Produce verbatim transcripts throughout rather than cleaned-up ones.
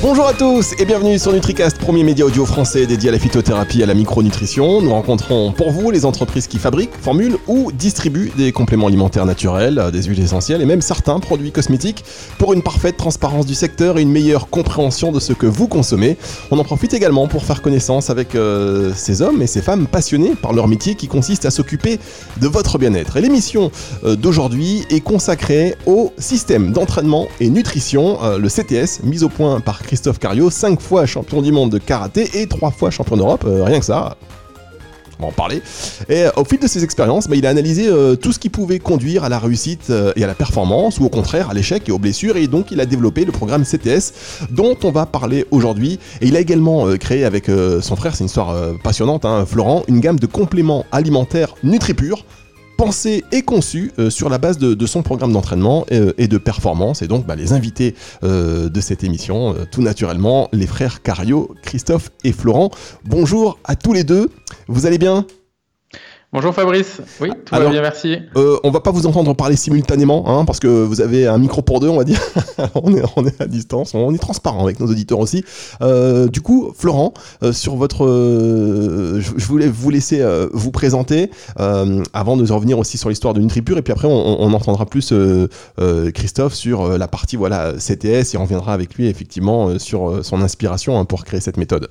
Bonjour à tous et bienvenue sur NutriCast, premier média audio français dédié à la phytothérapie et à la micronutrition. Nous rencontrons pour vous les entreprises qui fabriquent, formulent ou distribuent des compléments alimentaires naturels, des huiles essentielles et même certains produits cosmétiques pour une parfaite transparence du secteur et une meilleure compréhension de ce que vous consommez. On en profite également pour faire connaissance avec euh, ces hommes et ces femmes passionnés par leur métier qui consiste à s'occuper de votre bien-être. Et l'émission euh, d'aujourd'hui est consacrée au système d'entraînement et nutrition, euh, le C T S, mis au point par Christophe Cario, cinq fois champion du monde de karaté et trois fois champion d'Europe, euh, rien que ça. On va en parler. Et euh, au fil de ses expériences, bah, il a analysé euh, tout ce qui pouvait conduire à la réussite euh, et à la performance, ou au contraire à l'échec et aux blessures, et donc il a développé le programme C T S dont on va parler aujourd'hui. Et il a également euh, créé avec euh, son frère, c'est une histoire euh, passionnante, hein, Florent, une gamme de compléments alimentaires NutriPure, pensé et conçu euh, sur la base de, de son programme d'entraînement et, et de performance. Et donc bah, les invités euh, de cette émission, euh, tout naturellement, les frères Cario, Christophe et Florent. Bonjour à tous les deux, vous allez bien ? Bonjour Fabrice, oui, tout Alors, va bien, merci. Euh, on va pas vous entendre parler simultanément, hein, parce que vous avez un micro pour deux, on va dire. on, est, on est à distance, on est transparent avec nos auditeurs aussi. Euh, du coup, Florent, euh, sur votre, euh, je, je voulais vous laisser euh, vous présenter euh, avant de revenir aussi sur l'histoire de NutriPure, et puis après on, on entendra plus euh, euh, Christophe sur euh, la partie voilà C T S, et on reviendra avec lui effectivement euh, sur euh, son inspiration hein, pour créer cette méthode.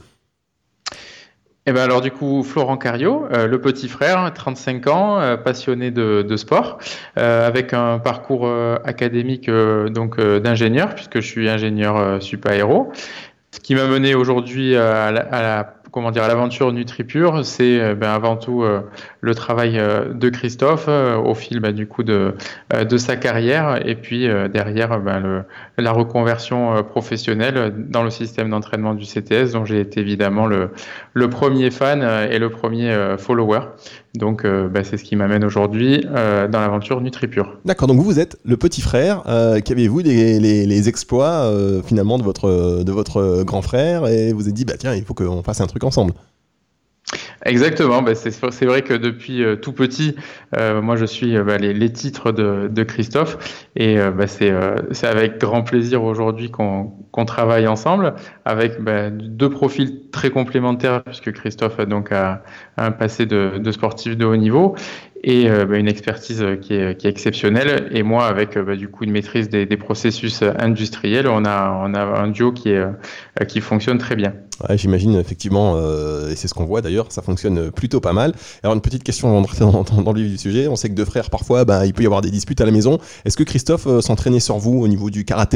Et ben alors du coup, Florent Cario, euh, le petit frère, trente-cinq ans, euh, passionné de, de sport, euh, avec un parcours euh, académique euh, donc euh, d'ingénieur, puisque je suis ingénieur euh, sup aéro. Ce qui m'a mené aujourd'hui à la, à la comment dire à l'aventure NutriPure, c'est euh, ben, avant tout euh, le travail euh, de Christophe euh, au fil ben, du coup de euh, de sa carrière, et puis euh, derrière ben, le, la reconversion euh, professionnelle dans le système d'entraînement du C T S, dont j'ai été évidemment le le premier fan euh, et le premier euh, follower. Donc euh, ben, c'est ce qui m'amène aujourd'hui euh, dans l'aventure NutriPure. D'accord, donc vous, vous êtes le petit frère, euh, qu'avez-vous les, les, les exploits euh, finalement de votre, de votre grand frère, et vous vous êtes dit, bah tiens, il faut qu'on fasse un truc ensemble. Exactement, bah c'est, c'est vrai que depuis euh, tout petit, euh, moi je suis euh, bah, les, les titres de, de Christophe, et euh, bah, c'est, euh, c'est avec grand plaisir aujourd'hui qu'on, qu'on travaille ensemble, avec bah, deux profils très complémentaires, puisque Christophe a donc a, a un passé de, de sportif de haut niveau, et euh, bah, une expertise qui est, qui est exceptionnelle, et moi avec bah, du coup une maîtrise des, des processus industriels, on a, on a un duo qui, est, euh, qui fonctionne très bien. Ouais, j'imagine effectivement, euh, et c'est ce qu'on voit d'ailleurs, ça fonctionne plutôt pas mal. Alors une petite question avant de rentrer dans, dans, dans le vif du sujet, on sait que deux frères parfois, bah, il peut y avoir des disputes à la maison. Est-ce que Christophe euh, s'entraînait sur vous au niveau du karaté ?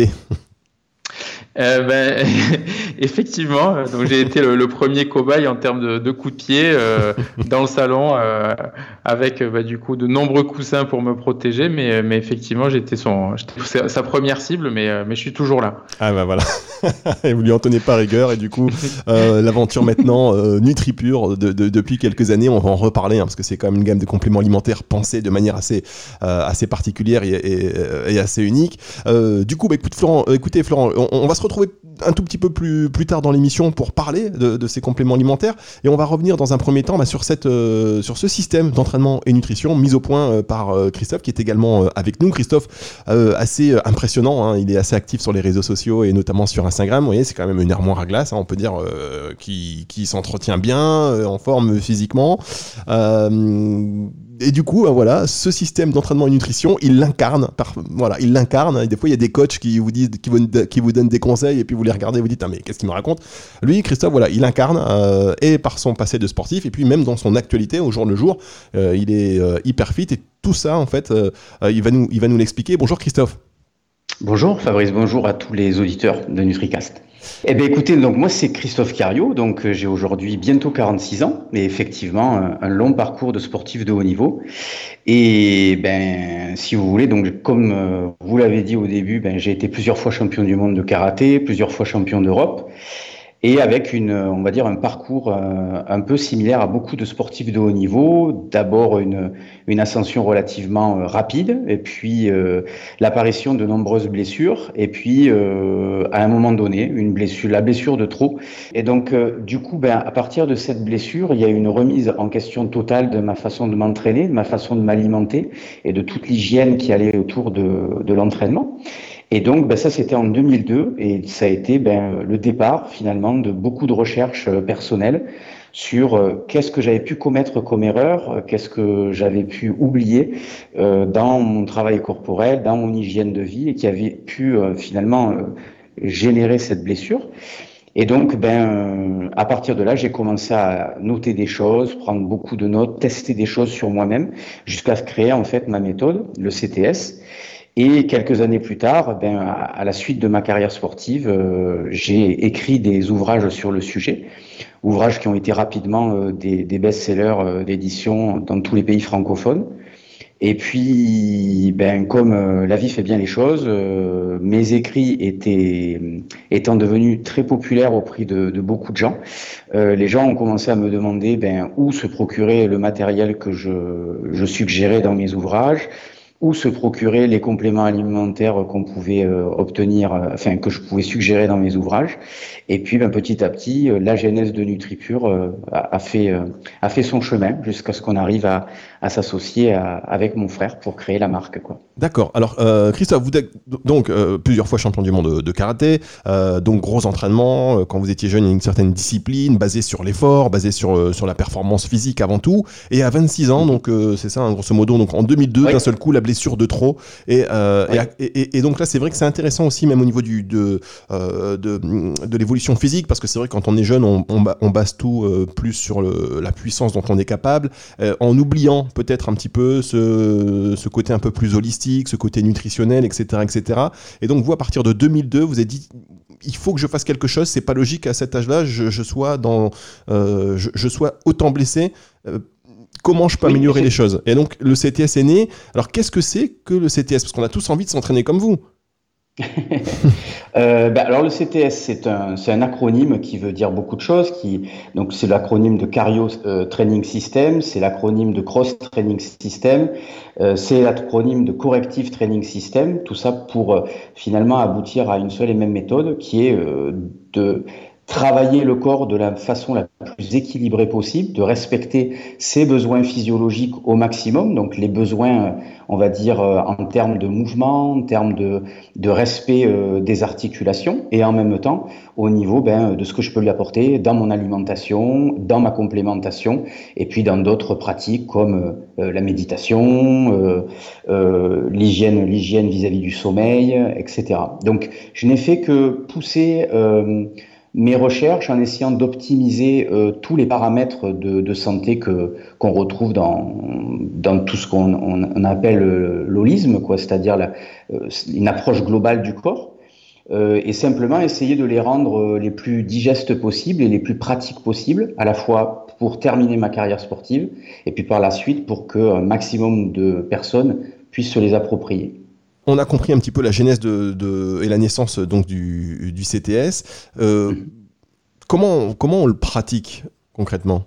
Euh, ben, effectivement, donc j'ai été le, le premier cobaye en termes de, de coups de pied euh, dans le salon, euh, avec bah, du coup de nombreux coussins pour me protéger, mais, mais effectivement j'étais son, j'étais sa première cible, mais, mais je suis toujours là. Ah bah voilà, et vous lui en tenez pas rigueur, et du coup euh, l'aventure maintenant euh, NutriPure de, de, depuis quelques années, on va en reparler hein, parce que c'est quand même une gamme de compléments alimentaires pensée de manière assez, euh, assez particulière et, et, et assez unique. Euh, du coup, bah, écoute, Florent, écoutez Florent, on, on va se retrouver un tout petit peu plus, plus tard dans l'émission pour parler de, de ces compléments alimentaires, et on va revenir dans un premier temps bah, sur, cette, euh, sur ce système d'entraînement et nutrition mis au point euh, par euh, Christophe, qui est également euh, avec nous. Christophe, euh, assez impressionnant, hein, il est assez actif sur les réseaux sociaux et notamment sur Instagram. Vous voyez, c'est quand même une armoire à glace, hein, on peut dire, euh, qui, qui s'entretient bien, euh, en forme physiquement. Euh, Et du coup, voilà, ce système d'entraînement et nutrition, il l'incarne. Par, voilà, il l'incarne. Des fois, il y a des coachs qui vous disent, qui vous, qui vous donnent des conseils, et puis vous les regardez, et vous dites, ah, mais qu'est-ce qu'il me raconte ? Lui, Christophe, voilà, il incarne, euh, et par son passé de sportif, et puis même dans son actualité au jour le jour, euh, il est euh, hyper fit, et tout ça, en fait, euh, il va nous, il va nous l'expliquer. Bonjour Christophe. Bonjour Fabrice, bonjour à tous les auditeurs de NutriCast. Eh bien écoutez, donc moi c'est Christophe Cario, donc euh, j'ai aujourd'hui bientôt quarante-six ans, mais effectivement un, un long parcours de sportif de haut niveau. Et ben si vous voulez, donc comme euh, vous l'avez dit au début, ben j'ai été plusieurs fois champion du monde de karaté, plusieurs fois champion d'Europe. Et avec une, on va dire, un parcours euh, un peu similaire à beaucoup de sportifs de haut niveau. D'abord une, une ascension relativement euh, rapide, et puis euh, l'apparition de nombreuses blessures, et puis euh, à un moment donné, une blessure, la blessure de trop. Et donc, euh, du coup, ben, à partir de cette blessure, il y a une remise en question totale de ma façon de m'entraîner, de ma façon de m'alimenter, et de toute l'hygiène qui allait autour de, de l'entraînement. Et donc, ben, ça, c'était en deux mille deux, et ça a été ben, le départ, finalement, de beaucoup de recherches euh, personnelles sur euh, qu'est-ce que j'avais pu commettre comme erreur, euh, qu'est-ce que j'avais pu oublier euh, dans mon travail corporel, dans mon hygiène de vie, et qui avait pu, euh, finalement, euh, générer cette blessure. Et donc, ben, euh, à partir de là, j'ai commencé à noter des choses, prendre beaucoup de notes, tester des choses sur moi-même, jusqu'à créer en fait ma méthode, le C T S. Et quelques années plus tard, ben, à, à la suite de ma carrière sportive, euh, j'ai écrit des ouvrages sur le sujet, ouvrages qui ont été rapidement euh, des, des best-sellers euh, d'édition dans tous les pays francophones. Et puis, ben, comme euh, la vie fait bien les choses, euh, mes écrits étaient, étant devenus très populaires auprès de, de beaucoup de gens, euh, les gens ont commencé à me demander ben, où se procurer le matériel que je, je suggérais dans mes ouvrages, où se procurer les compléments alimentaires qu'on pouvait euh, obtenir, euh, enfin que je pouvais suggérer dans mes ouvrages. Et puis, ben, petit à petit, euh, la genèse de NutriPure euh, a, a fait euh, a fait son chemin jusqu'à ce qu'on arrive à, à s'associer à, avec mon frère pour créer la marque, quoi. D'accord. Alors, euh, Christophe, vous êtes donc euh, plusieurs fois champion du monde de, de karaté, euh, donc gros entraînement. Euh, quand vous étiez jeune, il y a une certaine discipline basée sur l'effort, basée sur euh, sur la performance physique avant tout. Et à vingt-six ans, donc euh, c'est ça, hein, grosso modo, donc en deux mille deux, oui. D'un seul coup, la blessure de trop. Et, euh, oui. et, et, et donc là, c'est vrai que c'est intéressant aussi, même au niveau du de euh, de, de l'évolution physique, parce que c'est vrai que quand on est jeune, on, on, on base tout euh, plus sur le, la puissance dont on est capable, euh, en oubliant peut-être un petit peu ce ce côté un peu plus holistique, ce côté nutritionnel, et cetera, et cetera. Et donc vous, à partir de deux mille deux, vous avez dit il faut que je fasse quelque chose. C'est pas logique à cet âge-là, je, je sois dans, euh, je, je sois autant blessé. Euh, comment je peux oui, améliorer les choses? Et donc le C T S est né. Alors qu'est-ce que c'est que le C T S? Parce qu'on a tous envie de s'entraîner comme vous. euh, bah, alors le C T S, c'est un, c'est un acronyme qui veut dire beaucoup de choses. Qui, donc c'est l'acronyme de Cardio euh, Training System, c'est l'acronyme de Cross Training System, euh, c'est l'acronyme de Corrective Training System. Tout ça pour euh, finalement aboutir à une seule et même méthode, qui est euh, de travailler le corps de la façon la plus équilibrée possible, de respecter ses besoins physiologiques au maximum, donc les besoins, on va dire, en termes de mouvement, en termes de, de respect euh, des articulations, et en même temps, au niveau ben, de ce que je peux lui apporter dans mon alimentation, dans ma complémentation, et puis dans d'autres pratiques comme euh, la méditation, euh, euh, l'hygiène, l'hygiène vis-à-vis du sommeil, et cetera. Donc, je n'ai fait que pousser euh, mes recherches en essayant d'optimiser euh, tous les paramètres de, de santé que qu'on retrouve dans dans tout ce qu'on on, on appelle l'holisme, quoi, c'est-à-dire la, euh, une approche globale du corps, euh, et simplement essayer de les rendre les plus digestes possibles et les plus pratiques possibles, à la fois pour terminer ma carrière sportive et puis par la suite pour que un maximum de personnes puissent se les approprier. On a compris un petit peu la genèse de, de, et la naissance donc, du, du C T S. Euh, mmh. comment, comment on le pratique concrètement?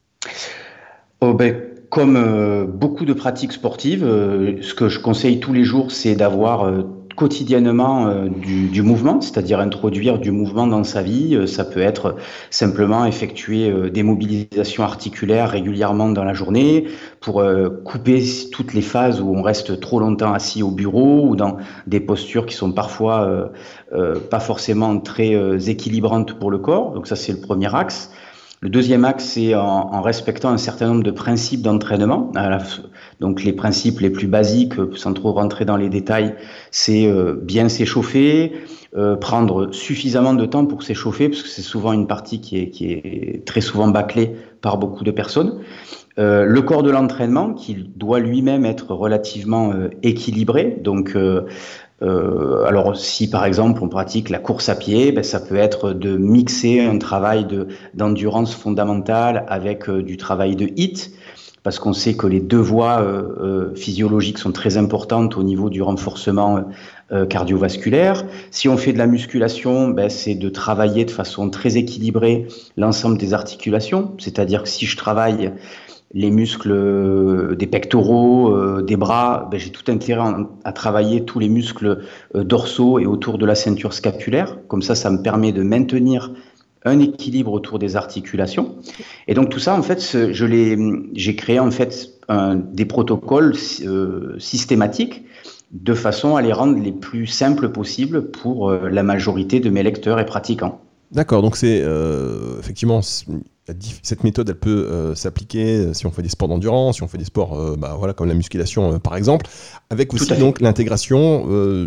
oh ben, Comme euh, beaucoup de pratiques sportives, euh, ce que je conseille tous les jours, c'est d'avoir euh, quotidiennement euh, du, du mouvement, c'est-à-dire introduire du mouvement dans sa vie. Euh, ça peut être simplement effectuer euh, des mobilisations articulaires régulièrement dans la journée pour euh, couper toutes les phases où on reste trop longtemps assis au bureau ou dans des postures qui sont parfois euh, euh, pas forcément très euh, équilibrantes pour le corps. Donc ça, c'est le premier axe. Le deuxième axe, c'est en, en respectant un certain nombre de principes d'entraînement. Donc les principes les plus basiques, sans trop rentrer dans les détails, c'est euh, bien s'échauffer, euh, prendre suffisamment de temps pour s'échauffer, parce que c'est souvent une partie qui est, qui est très souvent bâclée par beaucoup de personnes. Euh, le corps de l'entraînement, qui doit lui-même être relativement euh, équilibré, donc euh, Euh, alors si par exemple on pratique la course à pied, ben, ça peut être de mixer un travail de, d'endurance fondamentale avec euh, du travail de hit, parce qu'on sait que les deux voies euh, euh, physiologiques sont très importantes au niveau du renforcement euh, cardiovasculaire. Si on fait de la musculation, ben, c'est de travailler de façon très équilibrée l'ensemble des articulations, c'est-à-dire que si je travaille les muscles des pectoraux, euh, des bras, ben, j'ai tout intérêt à, à travailler tous les muscles euh, dorsaux et autour de la ceinture scapulaire. Comme ça, ça me permet de maintenir un équilibre autour des articulations. Et donc tout ça, en fait, je l'ai, j'ai créé en fait un, des protocoles euh, systématiques de façon à les rendre les plus simples possibles pour euh, la majorité de mes lecteurs et pratiquants. D'accord, donc c'est euh, effectivement cette méthode, elle peut euh, s'appliquer si on fait des sports d'endurance, si on fait des sports euh, bah, voilà, comme la musculation euh, par exemple, avec aussi donc l'intégration euh,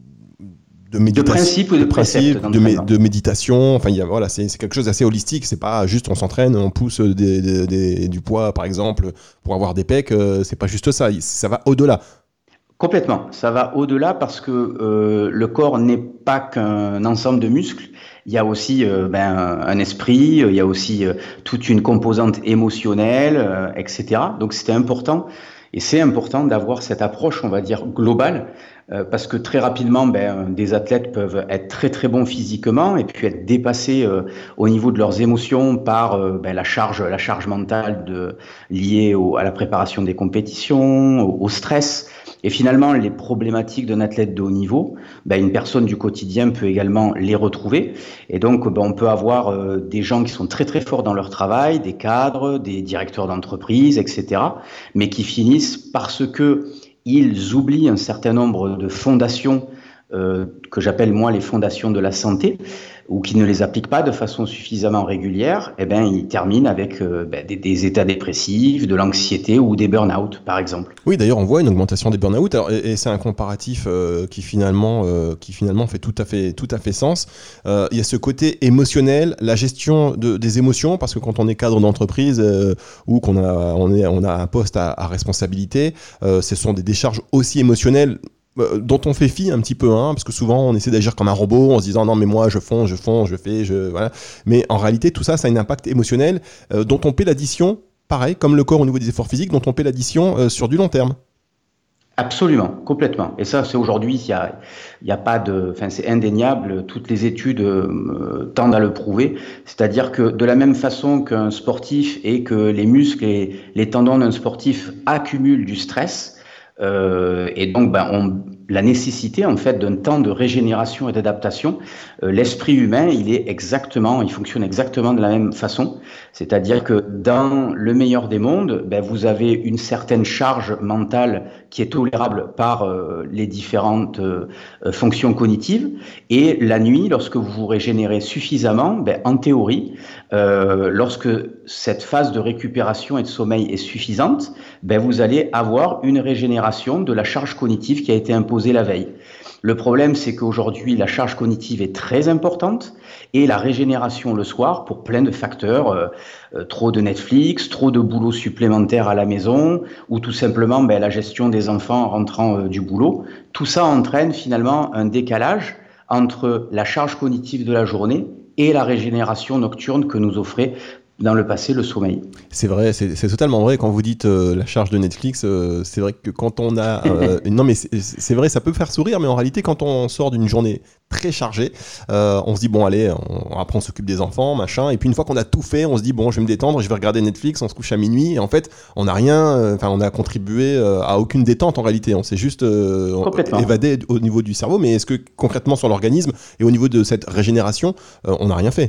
de méditation, de principe ou de, de, principe, de, mé- de méditation. Enfin, il y a, voilà, c'est, c'est quelque chose d'assez holistique. C'est pas juste on s'entraîne, on pousse des, des, des, du poids par exemple pour avoir des pecs. Euh, c'est pas juste ça. Ça va au-delà. Complètement, ça va au-delà parce que euh, le corps n'est pas qu'un ensemble de muscles, il y a aussi euh, ben, un esprit, il y a aussi euh, toute une composante émotionnelle, euh, et cetera. Donc c'était important, et c'est important d'avoir cette approche, on va dire, globale, euh, parce que très rapidement, ben, des athlètes peuvent être très très bons physiquement et puis être dépassés euh, au niveau de leurs émotions par euh, ben, la charge, la charge mentale de, liée au, à la préparation des compétitions, au, au stress. Et finalement, les problématiques d'un athlète de haut niveau, ben, une personne du quotidien peut également les retrouver. Et donc, ben, on peut avoir euh, des gens qui sont très très forts dans leur travail, des cadres, des directeurs d'entreprise, et cetera, mais qui finissent parce que ils oublient un certain nombre de fondations euh, que j'appelle moi les fondations de la santé, ou qui ne les appliquent pas de façon suffisamment régulière, eh ben, ils terminent avec euh, ben, des, des états dépressifs, de l'anxiété ou des burn-out, par exemple. Oui, d'ailleurs, on voit une augmentation des burn-out, alors, et, et c'est un comparatif euh, qui, finalement, euh, qui finalement fait tout à fait, tout à fait sens. Euh, il y a ce côté émotionnel, la gestion de, des émotions, parce que quand on est cadre d'entreprise euh, ou qu'on a, on est, on a un poste à, à responsabilité, euh, ce sont des décharges aussi émotionnelles dont on fait fi un petit peu, hein, parce que souvent on essaie d'agir comme un robot en se disant non mais moi je fonce, je fonce, je fais, je voilà. Mais en réalité tout ça, ça a un impact émotionnel euh, dont on paie l'addition, pareil comme le corps au niveau des efforts physiques, dont on paie l'addition euh, sur du long terme. Absolument, complètement. Et ça, c'est aujourd'hui, il y a, il y a pas de, enfin, c'est indéniable. Toutes les études euh, tendent à le prouver. C'est-à-dire que de la même façon qu'un sportif et que les muscles et les tendons d'un sportif accumulent du stress. Euh, et donc, ben, on, la nécessité en fait d'un temps de régénération et d'adaptation. Euh, l'esprit humain, il est exactement, il fonctionne exactement de la même façon. C'est-à-dire que dans le meilleur des mondes, ben, vous avez une certaine charge mentale qui est tolérable par euh, les différentes euh, fonctions cognitives. Et la nuit, lorsque vous vous régénérez suffisamment, ben, en théorie, euh, lorsque cette phase de récupération et de sommeil est suffisante, ben, vous allez avoir une régénération de la charge cognitive qui a été imposée la veille. Le problème, c'est qu'aujourd'hui, la charge cognitive est très importante et la régénération le soir, pour plein de facteurs, euh, euh, trop de Netflix, trop de boulot supplémentaire à la maison, ou tout simplement ben, la gestion des enfants en rentrant euh, du boulot, tout ça entraîne finalement un décalage entre la charge cognitive de la journée et la régénération nocturne que nous offrait dans le passé le sommeil. C'est vrai, c'est, c'est totalement vrai quand vous dites euh, la charge de Netflix, euh, c'est vrai que quand on a... Euh, non mais c'est, c'est vrai, ça peut faire sourire, mais en réalité quand on sort d'une journée très chargée, euh, on se dit bon allez, on, après on s'occupe des enfants, machin, et puis une fois qu'on a tout fait, on se dit bon je vais me détendre, je vais regarder Netflix, on se couche à minuit, et en fait on n'a rien, enfin euh, on a contribué euh, à aucune détente en réalité, on s'est juste euh, évadé au niveau du cerveau, mais est-ce que concrètement sur l'organisme et au niveau de cette régénération, euh, on n'a rien fait ?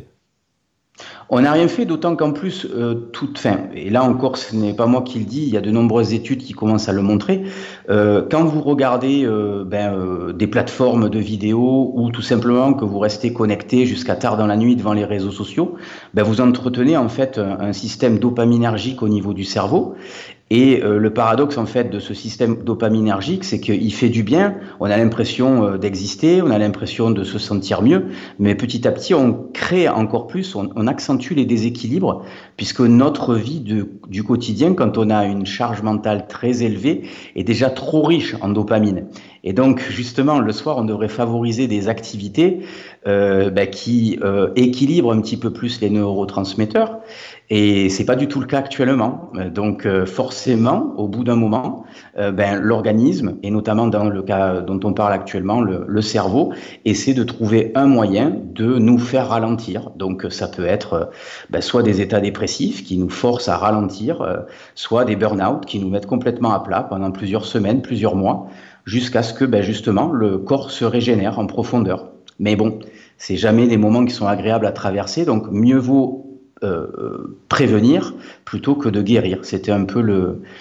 On n'a rien fait, d'autant qu'en plus, euh, toute fin, et là encore, ce n'est pas moi qui le dis, il y a de nombreuses études qui commencent à le montrer. Euh, quand vous regardez euh, ben, euh, des plateformes de vidéos ou tout simplement que vous restez connecté jusqu'à tard dans la nuit devant les réseaux sociaux, ben, vous entretenez en fait un, un système dopaminergique au niveau du cerveau. Et euh, le paradoxe en fait de ce système dopaminergique, c'est qu'il fait du bien, on a l'impression euh, d'exister, on a l'impression de se sentir mieux, mais petit à petit on crée encore plus, on, on accentue les déséquilibres, puisque notre vie de, du quotidien, quand on a une charge mentale très élevée, est déjà trop riche en dopamine. Et donc justement le soir on devrait favoriser des activités euh, bah, qui euh, équilibrent un petit peu plus les neurotransmetteurs. Et c'est pas du tout le cas actuellement. Donc euh, forcément, au bout d'un moment, euh, ben, l'organisme, et notamment dans le cas dont on parle actuellement, le, le cerveau, essaie de trouver un moyen de nous faire ralentir. Donc ça peut être ben, soit des états dépressifs qui nous forcent à ralentir, euh, soit des burn-out qui nous mettent complètement à plat pendant plusieurs semaines, plusieurs mois, jusqu'à ce que ben, justement le corps se régénère en profondeur. Mais bon, c'est jamais des moments qui sont agréables à traverser, donc mieux vaut Euh, prévenir plutôt que de guérir. C'était un peu le,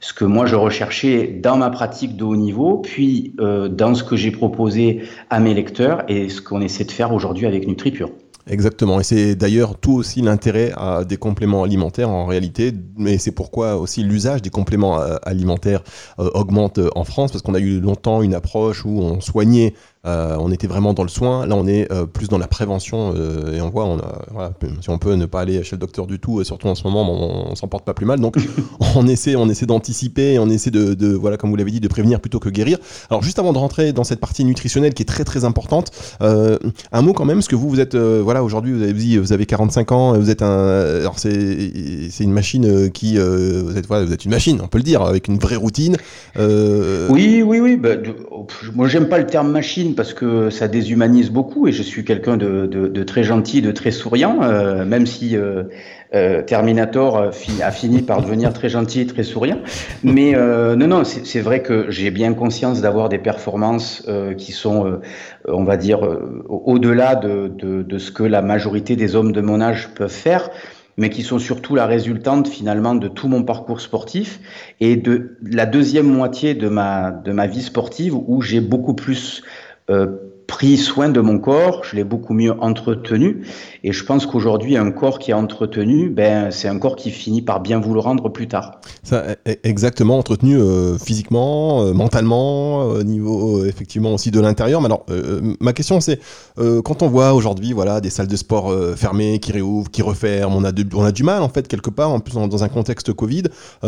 ce que moi je recherchais dans ma pratique de haut niveau, puis euh, dans ce que j'ai proposé à mes lecteurs et ce qu'on essaie de faire aujourd'hui avec NutriPure. Exactement, et c'est d'ailleurs tout aussi l'intérêt à des compléments alimentaires en réalité, mais c'est pourquoi aussi l'usage des compléments euh, alimentaires euh, augmente en France, parce qu'on a eu longtemps une approche où on soignait, euh, on était vraiment dans le soin, là on est euh, plus dans la prévention, euh, et on voit, on a, voilà, si on peut ne pas aller chez le docteur du tout, et surtout en ce moment, on, on s'en porte pas plus mal, donc on essaie, on essaie d'anticiper, on essaie de, de, voilà, comme vous l'avez dit, de prévenir plutôt que guérir. Alors juste avant de rentrer dans cette partie nutritionnelle qui est très très importante, euh, un mot quand même, parce que vous, vous êtes... Euh, voilà, aujourd'hui, vous avez dit, vous avez quarante-cinq ans, vous êtes un, alors c'est, c'est une machine qui, euh, vous êtes, voilà, vous êtes une machine, on peut le dire, avec une vraie routine. Euh... Oui, oui, oui. Bah, de, moi, j'aime pas le terme machine parce que ça déshumanise beaucoup, et je suis quelqu'un de, de, de très gentil, de très souriant, euh, même si euh, euh, Terminator a fini par devenir très gentil et très souriant. Mais euh, non, non, c'est, c'est vrai que j'ai bien conscience d'avoir des performances euh, qui sont, euh, on va dire, euh, au-delà de, de, de ce que la majorité des hommes de mon âge peuvent faire, mais qui sont surtout la résultante finalement de tout mon parcours sportif et de la deuxième moitié de ma, de ma vie sportive où j'ai beaucoup plus euh, pris soin de mon corps, je l'ai beaucoup mieux entretenu, et je pense qu'aujourd'hui un corps qui est entretenu, ben, c'est un corps qui finit par bien vous le rendre plus tard. Ça, exactement, entretenu euh, physiquement, euh, mentalement, au euh, niveau euh, effectivement aussi de l'intérieur. Mais alors, euh, ma question c'est, euh, quand on voit aujourd'hui voilà, des salles de sport euh, fermées, qui réouvrent, qui referment, on a, de, on a du mal en fait quelque part, en plus dans, dans un contexte Covid,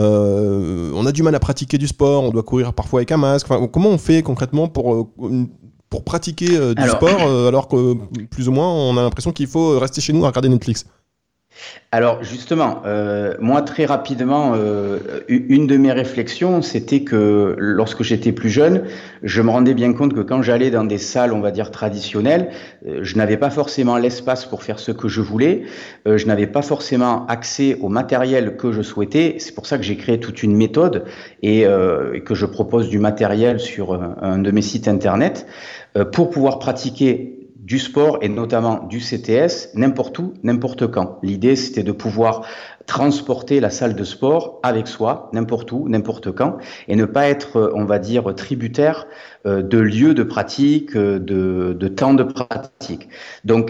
euh, on a du mal à pratiquer du sport, on doit courir parfois avec un masque. Enfin, comment on fait concrètement pour... Euh, une, pour pratiquer euh, du alors, sport, euh, alors que plus ou moins on a l'impression qu'il faut rester chez nous à regarder Netflix? Alors justement, euh, moi très rapidement, euh, une de mes réflexions, c'était que lorsque j'étais plus jeune, je me rendais bien compte que quand j'allais dans des salles, on va dire traditionnelles, euh, je n'avais pas forcément l'espace pour faire ce que je voulais, euh, je n'avais pas forcément accès au matériel que je souhaitais. C'est pour ça que j'ai créé toute une méthode et, euh, et que je propose du matériel sur un, un de mes sites internet euh, pour pouvoir pratiquer du sport et notamment du C T S, n'importe où, n'importe quand. L'idée, c'était de pouvoir transporter la salle de sport avec soi, n'importe où, n'importe quand, et ne pas être, on va dire, tributaire de lieux de pratique, de, de temps de pratique. Donc,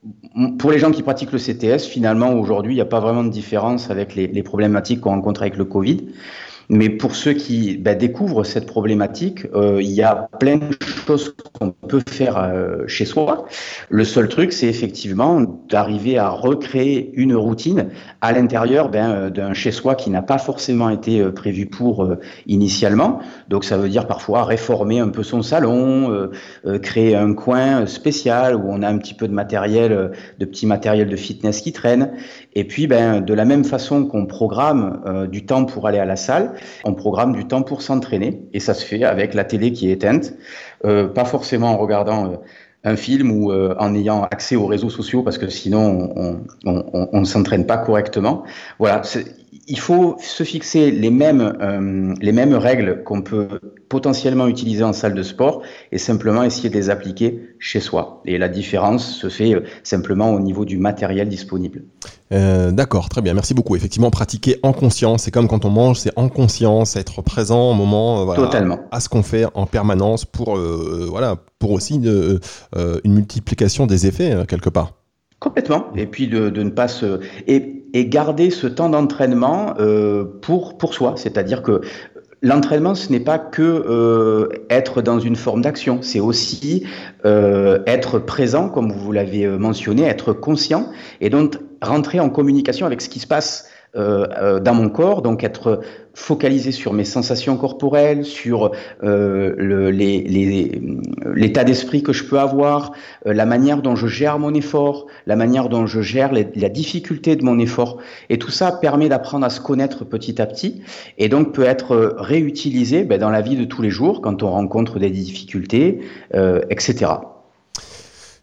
pour les gens qui pratiquent le C T S, finalement, aujourd'hui, il n'y a pas vraiment de différence avec les, les problématiques qu'on rencontre avec le Covid. Mais pour ceux qui bah, découvrent cette problématique, euh, il y a plein de choses qu'on peut faire euh, chez soi. Le seul truc, c'est effectivement d'arriver à recréer une routine à l'intérieur ben, d'un chez-soi qui n'a pas forcément été euh, prévu pour euh, initialement. Donc ça veut dire parfois réformer un peu son salon, euh, euh, créer un coin spécial où on a un petit peu de matériel, euh, de petits matériels de fitness qui traînent. Et puis, ben, de la même façon qu'on programme euh, du temps pour aller à la salle, on programme du temps pour s'entraîner, et ça se fait avec la télé qui est éteinte, euh, pas forcément en regardant euh, un film ou euh, en ayant accès aux réseaux sociaux, parce que sinon on, on, on, on ne s'entraîne pas correctement. Voilà, il faut se fixer les mêmes, euh, les mêmes règles qu'on peut potentiellement utiliser en salle de sport et simplement essayer de les appliquer chez soi. Et la différence se fait euh, simplement au niveau du matériel disponible. Euh, d'accord, très bien, merci beaucoup. Effectivement, pratiquer en conscience, c'est comme quand on mange, c'est en conscience, être présent au moment, euh, voilà, Totalement. à ce qu'on fait en permanence pour, euh, voilà, pour aussi une, euh, une multiplication des effets, euh, quelque part. Complètement. Et puis de, de ne pas se... Et, et garder ce temps d'entraînement euh, pour, pour soi. C'est-à-dire que l'entraînement, ce n'est pas que euh, être dans une forme d'action. C'est aussi euh, être présent, comme vous l'avez mentionné, être conscient et donc rentrer en communication avec ce qui se passe euh, euh, dans mon corps, donc être focalisé sur mes sensations corporelles, sur euh, le, les, les, l'état d'esprit que je peux avoir, euh, la manière dont je gère mon effort, la manière dont je gère les, la difficulté de mon effort. Et tout ça permet d'apprendre à se connaître petit à petit et donc peut être réutilisé ben, dans la vie de tous les jours quand on rencontre des difficultés, euh, et cetera.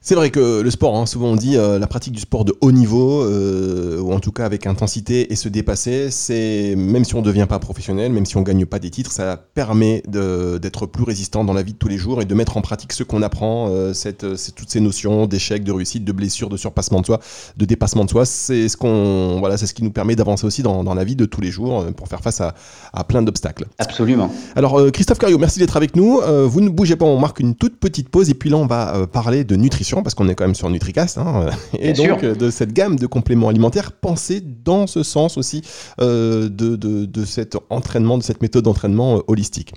C'est vrai que le sport, hein, souvent on dit euh, la pratique du sport de haut niveau, euh, ou en tout cas avec intensité et se dépasser, c'est même si on ne devient pas professionnel, même si on ne gagne pas des titres, ça permet de, d'être plus résistant dans la vie de tous les jours et de mettre en pratique ce qu'on apprend, euh, cette, cette, toutes ces notions d'échec, de réussite, de blessure, de surpassement de soi, de dépassement de soi. C'est ce, qu'on, voilà, c'est ce qui nous permet d'avancer aussi dans, dans la vie de tous les jours euh, pour faire face à, à plein d'obstacles. Absolument. Alors euh, Christophe Cariou, merci d'être avec nous. Euh, vous ne bougez pas, on marque une toute petite pause et puis là on va euh, parler de nutrition, parce qu'on est quand même sur NutriCast, hein, et Bien donc sûr. de cette gamme de compléments alimentaires pensés dans ce sens aussi euh, de, de, de cet entraînement, de cette méthode d'entraînement euh, holistique.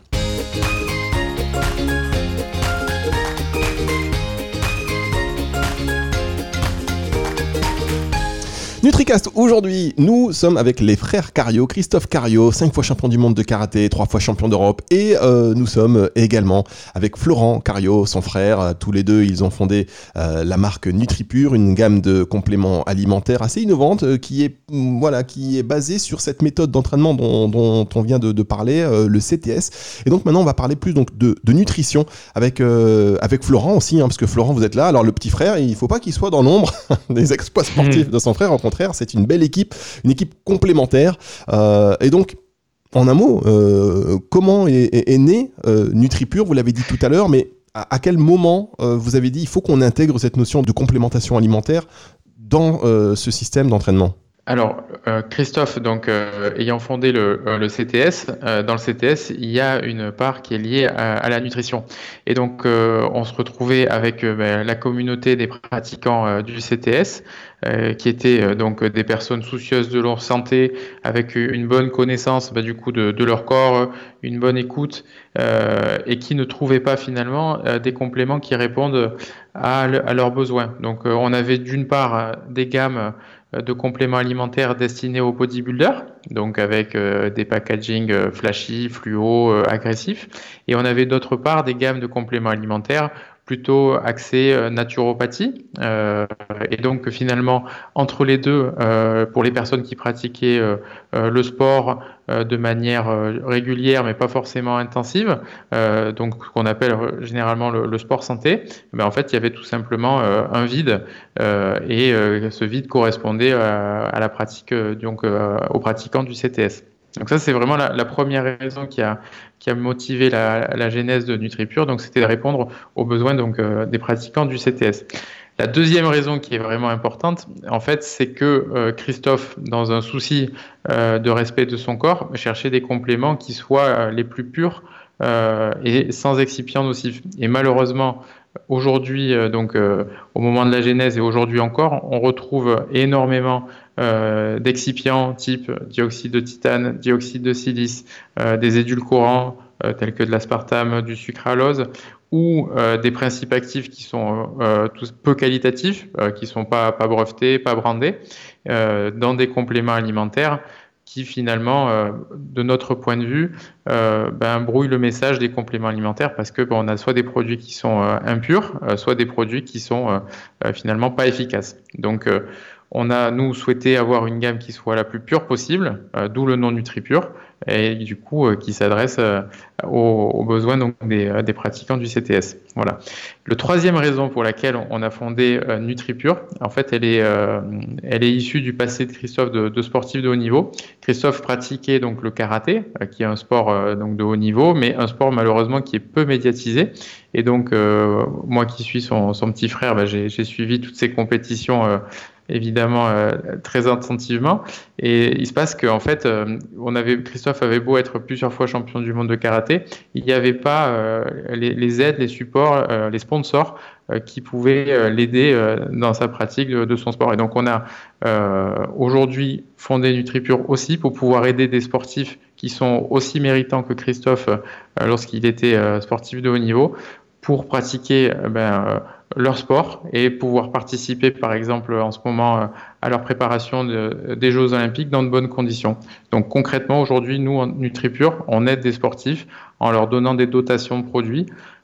NutriCast, aujourd'hui, nous sommes avec les frères Cariou, Christophe Cariou, cinq fois champion du monde de karaté, trois fois champion d'Europe, et euh, nous sommes également avec Florent Cariou, son frère. Tous les deux, ils ont fondé euh, la marque NutriPure, une gamme de compléments alimentaires assez innovante euh, qui est voilà qui est basée sur cette méthode d'entraînement dont, dont on vient de, de parler, euh, le C T S. Et donc maintenant, on va parler plus donc de, de nutrition avec euh, avec Florent aussi, hein, parce que Florent, vous êtes là. Alors le petit frère, il faut pas qu'il soit dans l'ombre des exploits sportifs de son frère. Au contraire, c'est une belle équipe, une équipe complémentaire. Euh, et donc, en un mot, euh, comment est, est, est né euh, NutriPure? Vous l'avez dit tout à l'heure, mais à, à quel moment euh, vous avez dit il faut qu'on intègre cette notion de complémentation alimentaire dans euh, ce système d'entraînement? Alors, euh, Christophe, donc, euh, ayant fondé le, euh, le C T S, euh, dans le C T S, il y a une part qui est liée à, à la nutrition. Et donc, euh, on se retrouvait avec euh, ben, la communauté des pratiquants euh, du C T S, euh, qui étaient euh, donc des personnes soucieuses de leur santé, avec une bonne connaissance ben, du coup de, de leur corps, une bonne écoute, euh, et qui ne trouvaient pas finalement euh, des compléments qui répondent à, à leurs besoins. Donc, euh, on avait d'une part des gammes de compléments alimentaires destinés aux bodybuilders, donc avec euh, des packaging euh, flashy, fluo, euh, agressifs. Et on avait d'autre part des gammes de compléments alimentaires plutôt axés euh, naturopathie. Euh, et donc finalement, entre les deux, euh, pour les personnes qui pratiquaient euh, euh, le sport euh, de manière euh, régulière, mais pas forcément intensive, euh, donc ce qu'on appelle euh, généralement le, le sport santé, ben, en fait, il y avait tout simplement euh, un vide, euh, et euh, ce vide correspondait à, à la pratique, euh, donc euh, aux pratiquants du C T S. Donc ça, c'est vraiment la, la première raison qui a, qui a motivé la, la genèse de NutriPure, donc c'était de répondre aux besoins donc, euh, des pratiquants du C T S. La deuxième raison qui est vraiment importante, en fait, c'est que euh, Christophe, dans un souci euh, de respect de son corps, cherchait des compléments qui soient euh, les plus purs euh, et sans excipients nocifs. Et malheureusement, aujourd'hui, euh, donc euh, au moment de la genèse et aujourd'hui encore, on retrouve énormément euh, d'excipients type dioxyde de titane, dioxyde de silice, euh, des édulcorants euh, tels que de l'aspartame, du sucralose, ou euh, des principes actifs qui sont euh, tous peu qualitatifs, euh, qui sont pas pas brevetés, pas brandés, euh, dans des compléments alimentaires qui finalement, euh, de notre point de vue, euh, ben, brouillent le message des compléments alimentaires parce que bon, on a soit des produits qui sont euh, impurs, euh, soit des produits qui sont euh, euh, finalement pas efficaces. Donc, euh, on a, nous, souhaité avoir une gamme qui soit la plus pure possible, euh, d'où le nom NutriPure, et du coup, euh, qui s'adresse euh, aux, aux besoins donc, des, euh, des pratiquants du C T S. Voilà. Le troisième raison pour laquelle on a fondé euh, NutriPure, en fait, elle est, euh, elle est issue du passé de Christophe de, de sportif de haut niveau. Christophe pratiquait donc le karaté, euh, qui est un sport euh, donc de haut niveau, mais un sport malheureusement qui est peu médiatisé. Et donc, euh, moi qui suis son, son petit frère, bah, j'ai, j'ai suivi toutes ces compétitions euh, évidemment euh, très attentivement, et il se passe qu'en fait euh, on avait Christophe avait beau être plusieurs fois champion du monde de karaté, il n'y avait pas euh, les, les aides, les supports, euh, les sponsors euh, qui pouvaient euh, l'aider euh, dans sa pratique de, de son sport. Et donc on a euh, aujourd'hui fondé NutriPure aussi pour pouvoir aider des sportifs qui sont aussi méritants que Christophe euh, lorsqu'il était euh, sportif de haut niveau, pour pratiquer euh, ben, euh, leur sport et pouvoir participer, par exemple, en ce moment, euh, à leur préparation de, des Jeux Olympiques dans de bonnes conditions. Donc concrètement, aujourd'hui, nous, en NutriPure, on aide des sportifs en leur donnant des dotations de produits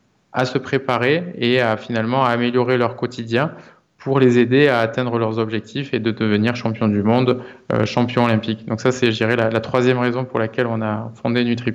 à se préparer et à finalement à améliorer leur quotidien pour les aider à atteindre leurs objectifs et de devenir champion du monde, euh, champion olympique. Donc ça, c'est, je dirais, la, la troisième raison pour laquelle on a fondé NutriPure.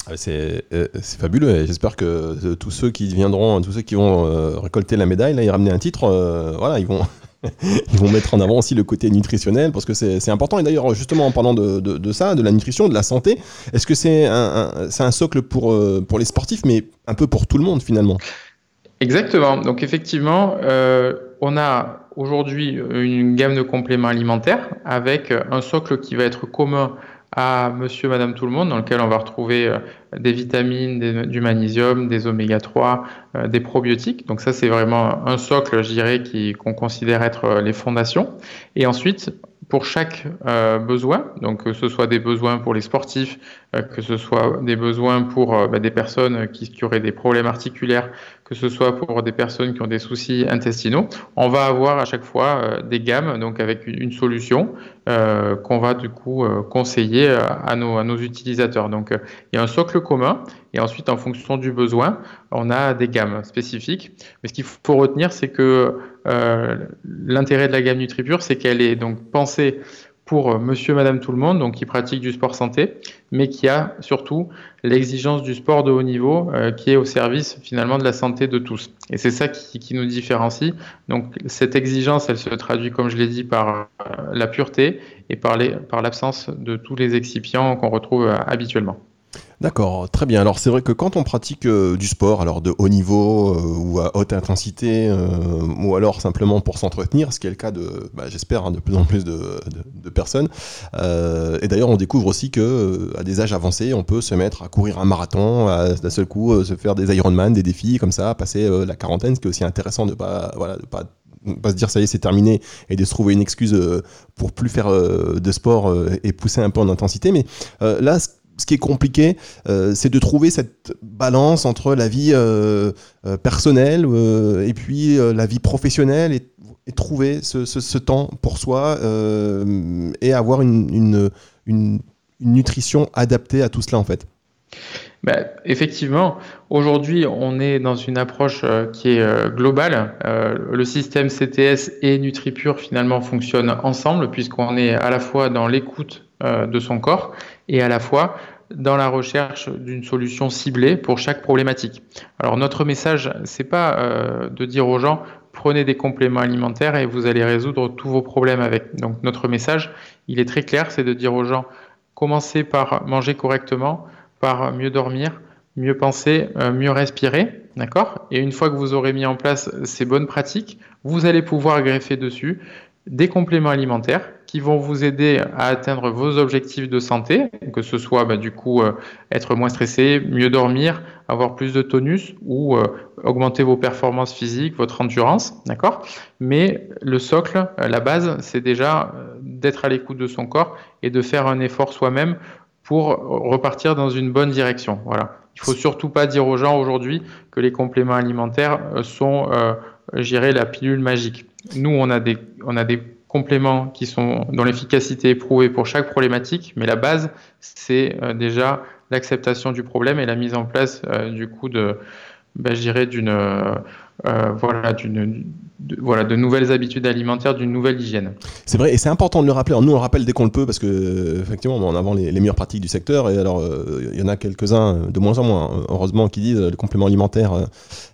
C'est, euh, c'est fabuleux et j'espère que euh, tous ceux qui viendront, tous ceux qui vont euh, récolter la médaille là, et ramener un titre, euh, voilà, ils vont, ils vont mettre en avant aussi le côté nutritionnel parce que c'est, c'est important. Et d'ailleurs, justement, en parlant de, de, de ça, de la nutrition, de la santé, est-ce que c'est un, un, c'est un socle pour, euh, pour les sportifs, mais un peu pour tout le monde finalement? Exactement. Donc effectivement, euh, on a aujourd'hui une gamme de compléments alimentaires avec un socle qui va être commun à monsieur, madame, tout le monde, dans lequel on va retrouver euh, des vitamines, des- du magnésium, des oméga trois, euh, des probiotiques. Donc ça, c'est vraiment un socle, je dirais, qui, qu'on considère être euh, les fondations. Et ensuite, pour chaque euh, besoin, donc que ce soit des besoins pour les sportifs, euh, que ce soit des besoins pour euh, bah, des personnes qui, qui auraient des problèmes articulaires, que ce soit pour des personnes qui ont des soucis intestinaux, on va avoir à chaque fois euh, des gammes, donc avec une, une solution euh, qu'on va du coup euh, conseiller euh, à nos, à nos utilisateurs. Donc euh, il y a un socle commun et ensuite en fonction du besoin, on a des gammes spécifiques. Mais ce qu'il faut retenir, c'est que euh, l'intérêt de la gamme NutriPure, c'est qu'elle est donc pensée pour monsieur, madame, tout le monde, donc qui pratique du sport santé, mais qui a surtout l'exigence du sport de haut niveau euh, qui est au service finalement de la santé de tous. Et c'est ça qui, qui nous différencie. Donc cette exigence, elle se traduit, comme je l'ai dit, par euh, la pureté et par, les, par l'absence de tous les excipients qu'on retrouve euh, habituellement. D'accord, très bien. Alors c'est vrai que quand on pratique euh, du sport, alors de haut niveau euh, ou à haute intensité, euh, ou alors simplement pour s'entretenir, ce qui est le cas de, bah, j'espère, hein, de plus en plus de, de- de personnes. Euh, et d'ailleurs, on découvre aussi que euh, à des âges avancés, on peut se mettre à courir un marathon, à d'un seul coup euh, se faire des Ironman, des défis comme ça, passer euh, la quarantaine, ce qui est aussi intéressant de pas, voilà, de pas pas se dire ça y est c'est terminé et de se trouver une excuse euh, pour plus faire euh, de sport euh, et pousser un peu en intensité. Mais euh, là, ce ce qui est compliqué, euh, c'est de trouver cette balance entre la vie euh, euh, personnelle euh, et puis euh, la vie professionnelle et, et trouver ce, ce- ce temps pour soi euh, et avoir une, une, une- une nutrition adaptée à tout cela en fait. Ben, effectivement, aujourd'hui, on est dans une approche euh, qui est euh, globale. Euh, le système C T S et NutriPure finalement fonctionnent ensemble puisqu'on est à la fois dans l'écoute euh, de son corps et à la fois dans la recherche d'une solution ciblée pour chaque problématique. Alors notre message, c'est pas euh, de dire aux gens prenez des compléments alimentaires et vous allez résoudre tous vos problèmes avec. Donc notre message, il est très clair, c'est de dire aux gens commencez par manger correctement, par mieux dormir, mieux penser, euh, mieux respirer, d'accord? Et une fois que vous aurez mis en place ces bonnes pratiques, vous allez pouvoir greffer dessus des compléments alimentaires qui vont vous aider à atteindre vos objectifs de santé, que ce soit bah, du coup euh, être moins stressé, mieux dormir, avoir plus de tonus ou euh, augmenter vos performances physiques, votre endurance, d'accord? Mais le socle, euh, la base, c'est déjà euh, d'être à l'écoute de son corps et de faire un effort soi-même pour repartir dans une bonne direction. Voilà. Il faut surtout pas dire aux gens aujourd'hui que les compléments alimentaires euh, sont, euh, je dirais, la pilule magique. Nous, on a des, on a des compléments qui sont dont l'efficacité est prouvée pour chaque problématique, mais la base, c'est euh, déjà l'acceptation du problème et la mise en place euh, du coup de, ben, je dirais, d'une, euh, euh, voilà, d'une, de, voilà, de nouvelles habitudes alimentaires, d'une nouvelle hygiène. C'est vrai, et c'est important de le rappeler. Alors, nous, on le rappelle dès qu'on le peut, parce que euh, effectivement, on met en avant les, les meilleures pratiques du secteur. Et alors, euh, il y en a quelques-uns, euh, de moins en moins, hein, heureusement, qui disent euh, le complément alimentaire, euh,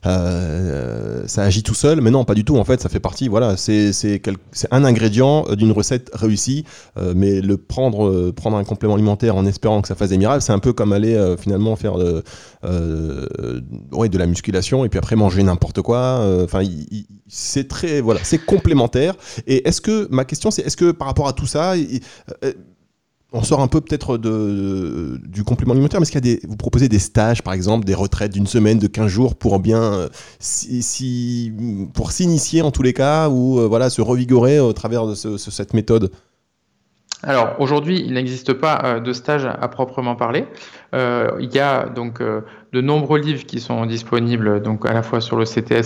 euh, ça agit tout seul. Mais non, pas du tout. En fait, ça fait partie. Voilà, c'est c'est quel- c'est un ingrédient euh, d'une recette réussie. Euh, mais le prendre, euh, prendre un complément alimentaire en espérant que ça fasse des miracles, c'est un peu comme aller euh, finalement faire euh, euh, ouais, de la musculation et puis après manger n'importe quoi. Euh, Enfin, il- il- c'est très, voilà, c'est complémentaire. Et est-ce que, ma question c'est, est-ce que par rapport à tout ça, il- euh, on sort un peu peut-être de, de- du complément alimentaire, mais est-ce qu'il y a des, vous proposez des stages par exemple, des retraites d'une semaine, de quinze jours pour bien, euh, si, si- pour s'initier en tous les cas, ou euh, voilà, se revigorer au travers de ce- ce- cette méthode? Alors aujourd'hui, il n'existe pas euh, de stage à proprement parler. Euh, il y a donc euh, de nombreux livres qui sont disponibles donc à la fois sur le C T S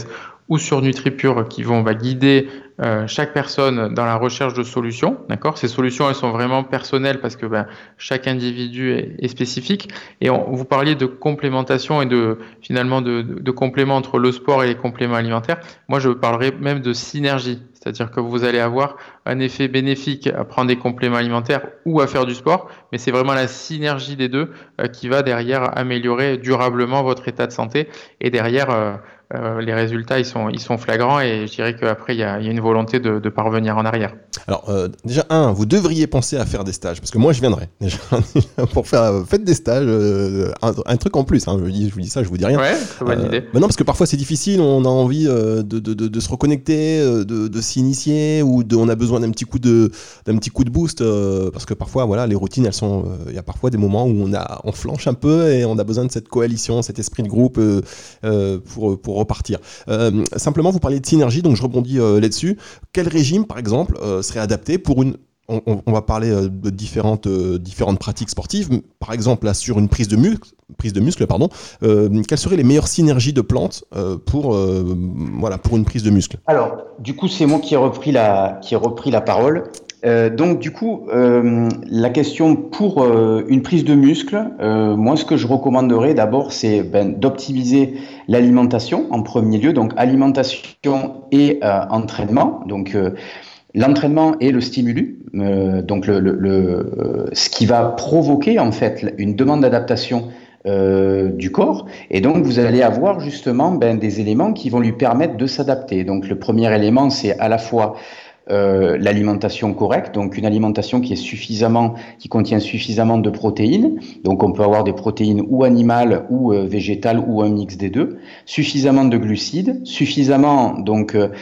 ou sur NutriPure qui vont va guider euh, chaque personne dans la recherche de solutions. D'accord ? Ces solutions, elles sont vraiment personnelles parce que ben, chaque individu est, est spécifique. Et on, vous parliez de complémentation et de finalement de, de, de complément entre le sport et les compléments alimentaires. Moi, je parlerais même de synergie. C'est-à-dire que vous allez avoir un effet bénéfique à prendre des compléments alimentaires ou à faire du sport, mais c'est vraiment la synergie des deux euh, qui va derrière améliorer durablement votre état de santé. Et derrière, euh, euh, les résultats, ils sont, ils sont flagrants et je dirais qu'après, il y a, il y a une volonté de, de parvenir en arrière. Alors, euh, déjà, un, vous devriez penser à faire des stages, parce que moi, je viendrai. Déjà, pour faire, euh, faites des stages, euh, un, un truc en plus, hein, je, vous dis, je vous dis ça, je vous dis rien. Ouais, très bonne euh, idée. Mais non, parce que parfois, c'est difficile, on a envie euh, de, de, de, de se reconnecter, de, de s'initier, ou de, on a besoin d'un petit coup de, d'un petit coup de boost, euh, parce que parfois, voilà, les routines, elles sont, il euh, y a parfois des moments où on, a, on flanche un peu et on a besoin de cette coalition, cet esprit de groupe euh, euh, pour, pour repartir. Euh, simplement, vous parliez de synergie, donc je rebondis euh, là-dessus. Quel régime, par exemple, euh, serait adapté pour une... On, on va parler euh, de différentes, euh, différentes pratiques sportives. Par exemple, là, sur une prise de muscle, prise de muscle, pardon, euh, quelles seraient les meilleures synergies de plantes euh, pour, euh, voilà, pour une prise de muscle ? Alors, du coup, c'est moi qui ai repris la, qui ai repris la parole. Euh, donc, du coup, euh, la question pour euh, une prise de muscle, euh, moi, ce que je recommanderais d'abord, c'est ben, d'optimiser l'alimentation en premier lieu. Donc, alimentation et euh, entraînement. Donc, euh, l'entraînement et le stimulus, euh, donc le, le, le, euh, ce qui va provoquer en fait une demande d'adaptation euh, du corps. Et donc, vous allez avoir justement ben, des éléments qui vont lui permettre de s'adapter. Donc, le premier élément, c'est à la fois Euh, l'alimentation correcte, donc une alimentation qui est suffisamment, qui contient suffisamment de protéines, donc on peut avoir des protéines ou animales ou euh, végétales ou un mix des deux, suffisamment de glucides, suffisamment donc euh,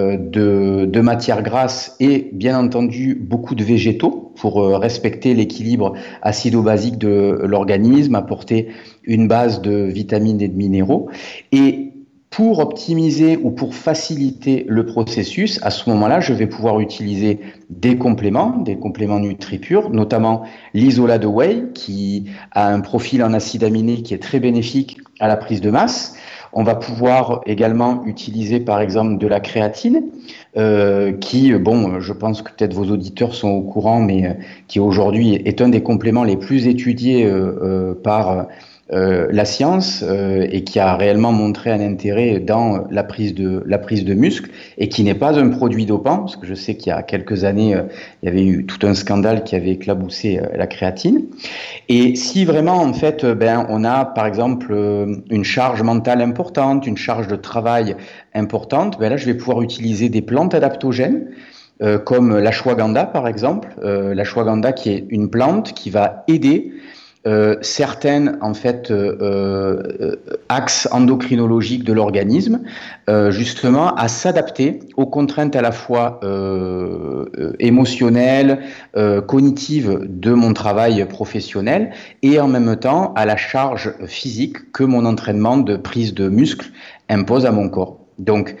de, de matières grasses et bien entendu beaucoup de végétaux pour euh, respecter l'équilibre acido-basique de l'organisme, apporter une base de vitamines et de minéraux. Et pour optimiser ou pour faciliter le processus, à ce moment-là, je vais pouvoir utiliser des compléments, des compléments NutriPure, notamment l'isolat de whey, qui a un profil en acides aminés qui est très bénéfique à la prise de masse. On va pouvoir également utiliser, par exemple, de la créatine, euh, qui, bon, je pense que peut-être vos auditeurs sont au courant, mais euh, qui aujourd'hui est un des compléments les plus étudiés euh, euh, par Euh, la science euh, et qui a réellement montré un intérêt dans la prise de la prise de muscle et qui n'est pas un produit dopant, parce que je sais qu'il y a quelques années euh, il y avait eu tout un scandale qui avait éclaboussé euh, la créatine. Et si vraiment en fait euh, ben on a par exemple euh, une charge mentale importante, une charge de travail importante, ben là je vais pouvoir utiliser des plantes adaptogènes euh, comme l'ashwagandha par exemple, euh, l'ashwagandha qui est une plante qui va aider Euh, certaines en fait euh, euh, axes endocrinologiques de l'organisme euh, justement à s'adapter aux contraintes à la fois euh, euh, émotionnelles, euh, cognitives de mon travail professionnel et en même temps à la charge physique que mon entraînement de prise de muscle impose à mon corps. Donc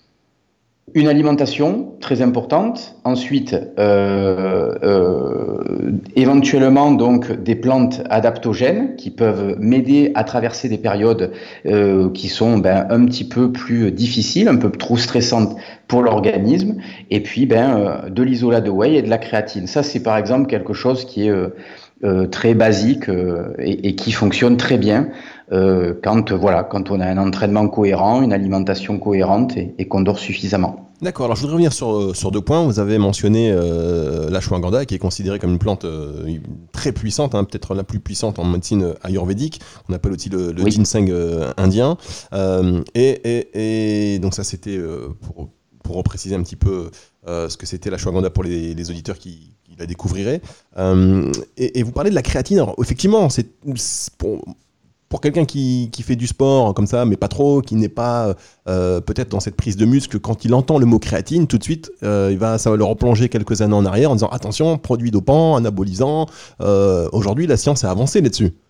une alimentation très importante, ensuite euh, euh, éventuellement donc des plantes adaptogènes qui peuvent m'aider à traverser des périodes euh, qui sont ben, un petit peu plus difficiles, un peu trop stressantes pour l'organisme, et puis ben, euh, de l'isolat de whey et de la créatine. Ça c'est par exemple quelque chose qui est euh, euh, très basique euh, et, et qui fonctionne très bien Euh, quand, voilà, quand on a un entraînement cohérent, une alimentation cohérente et, et qu'on dort suffisamment. D'accord, alors je voudrais revenir sur, sur deux points. Vous avez mentionné euh, l'ashwagandha qui est considérée comme une plante euh, très puissante, hein, peut-être la plus puissante en médecine ayurvédique. On appelle aussi le, le oui. ginseng euh, indien. Euh, et, et, et donc ça c'était euh, pour, pour repréciser un petit peu euh, ce que c'était l'ashwagandha pour les, les auditeurs qui, qui la découvriraient. Euh, et, et vous parlez de la créatine. Alors effectivement, c'est... c'est pour, Pour quelqu'un qui, qui fait du sport comme ça, mais pas trop, qui n'est pas euh, peut-être dans cette prise de muscle, quand il entend le mot créatine, tout de suite, euh, il va, ça va le replonger quelques années en arrière en disant attention, produit dopant, anabolisant. Euh, aujourd'hui, la science a avancé là-dessus.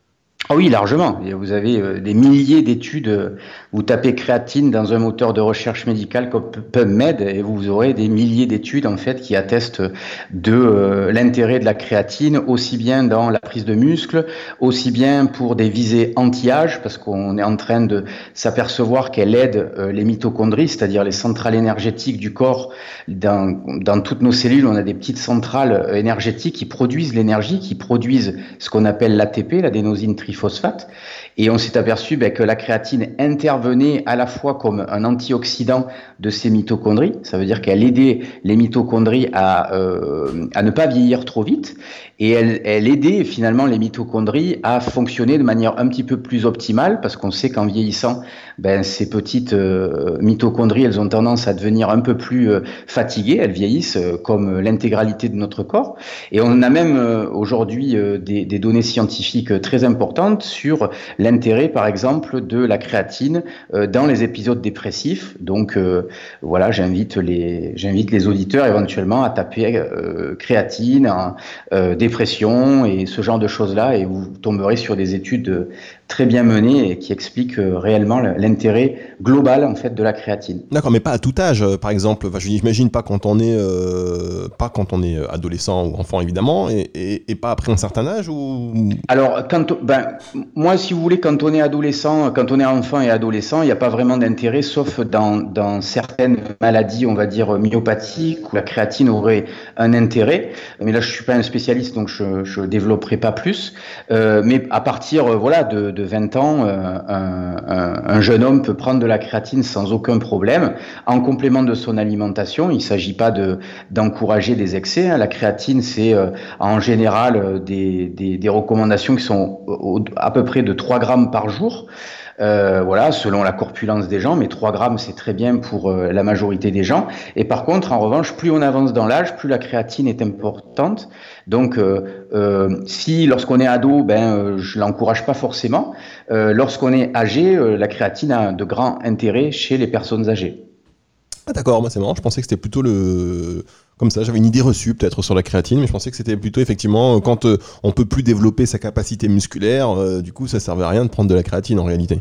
Ah oui, largement. Et vous avez euh, des milliers d'études. euh, Vous tapez créatine dans un moteur de recherche médicale comme P- PubMed et vous aurez des milliers d'études en fait qui attestent de euh, l'intérêt de la créatine aussi bien dans la prise de muscle, aussi bien pour des visées anti-âge parce qu'on est en train de s'apercevoir qu'elle aide euh, les mitochondries, c'est-à-dire les centrales énergétiques du corps. Dans, dans toutes nos cellules, on a des petites centrales euh, énergétiques qui produisent l'énergie, qui produisent ce qu'on appelle l'A T P, l'adénosine triphosphate. Et on s'est aperçu ben, que la créatine intervenait à la fois comme un antioxydant de ces mitochondries, ça veut dire qu'elle aidait les mitochondries à, euh, à ne pas vieillir trop vite, et elle, elle aidait finalement les mitochondries à fonctionner de manière un petit peu plus optimale, parce qu'on sait qu'en vieillissant, ben, ces petites euh, mitochondries, elles ont tendance à devenir un peu plus euh, fatiguées, elles vieillissent euh, comme l'intégralité de notre corps. Et on a même euh, aujourd'hui euh, des, des données scientifiques très importantes sur l'intérêt, par exemple, de la créatine euh, dans les épisodes dépressifs. Donc, euh, voilà, j'invite les, j'invite les auditeurs éventuellement à taper euh, créatine, hein, euh, dépression et ce genre de choses-là, et vous tomberez sur des études très bien menées et qui expliquent euh, réellement l'intérêt global en fait de la créatine. D'accord, mais pas à tout âge, euh, par exemple. Enfin, je n'imagine pas quand on est euh, pas quand on est adolescent ou enfant évidemment, et, et, et pas après un certain âge ou. Alors, quand, ben, moi, si vous voulez, quand on est adolescent, quand on est enfant et adolescent, il n'y a pas vraiment d'intérêt, sauf dans, dans certaines maladies, on va dire myopathiques, où la créatine aurait un intérêt. Mais là, je suis pas un spécialiste, donc je ne développerai pas plus. Euh, mais à partir, euh, voilà, de, de vingt ans, euh, un, un, un jeune homme peut prendre de la créatine sans aucun problème, en complément de son alimentation. Il ne s'agit pas de, d'encourager des excès, hein. La créatine, c'est euh, en général euh, des, des, des recommandations qui sont au, à peu près de trois grammes par jour. Euh, voilà, selon la corpulence des gens, mais trois grammes c'est très bien pour euh, la majorité des gens. Et par contre, en revanche, plus on avance dans l'âge, plus la créatine est importante. Donc, euh, euh, si lorsqu'on est ado, ben, euh, je l'encourage pas forcément. Euh, lorsqu'on est âgé, euh, la créatine a de grands intérêts chez les personnes âgées. Ah d'accord, moi c'est marrant, je pensais que c'était plutôt le... Comme ça, j'avais une idée reçue peut-être sur la créatine, mais je pensais que c'était plutôt effectivement quand euh, on peut plus développer sa capacité musculaire, euh, du coup ça servait à rien de prendre de la créatine en réalité.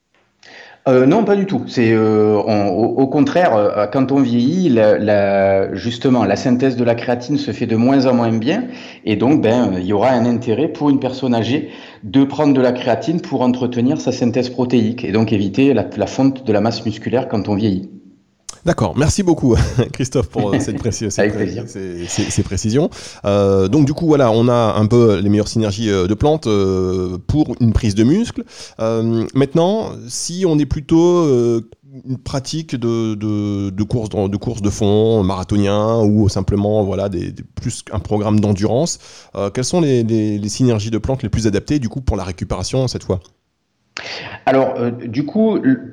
Euh, non, pas du tout. C'est euh, on- au, au contraire, euh, quand on vieillit, la, la- justement, la synthèse de la créatine se fait de moins en moins bien, et donc, ben, il y aura un intérêt pour une personne âgée de prendre de la créatine pour entretenir sa synthèse protéique, et donc éviter la, la fonte de la masse musculaire quand on vieillit. D'accord, merci beaucoup Christophe pour euh, cette préci- ces, Avec pré- plaisir. ces- ces- ces précisions. Euh, donc du coup voilà, on a un peu les meilleures synergies euh, de plantes euh, pour une prise de muscle. Euh, maintenant, si on est plutôt euh, une pratique de, de, de course de, de course de fond, marathonien ou simplement voilà des, des- plus un programme d'endurance, euh, quelles sont les, les, les synergies de plantes les plus adaptées du coup pour la récupération cette fois? Alors, euh, du coup, le,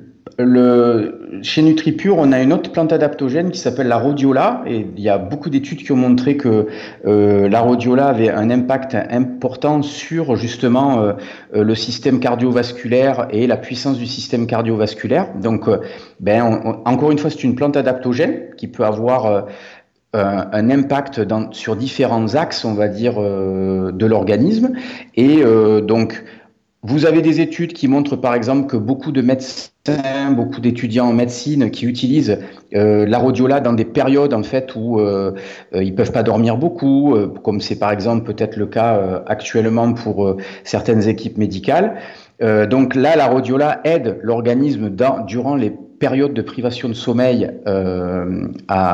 le- chez NutriPure, on a une autre plante adaptogène qui s'appelle la rhodiola, et il y a beaucoup d'études qui ont montré que euh, la rhodiola avait un impact important sur justement euh, euh, le système cardiovasculaire et la puissance du système cardiovasculaire. Donc, euh, ben, on- on- encore une fois, c'est une plante adaptogène qui peut avoir euh, un, un impact dans- sur différents axes, on va dire, euh, de l'organisme. Et euh, donc, vous avez des études qui montrent par exemple que beaucoup de médecins, beaucoup d'étudiants en médecine qui utilisent euh, la rhodiola dans des périodes en fait où euh, euh, ils peuvent pas dormir beaucoup, euh, comme c'est par exemple peut-être le cas euh, actuellement pour euh, certaines équipes médicales. Euh, donc là, la rhodiola aide l'organisme dans- durant les périodes de privation de sommeil euh,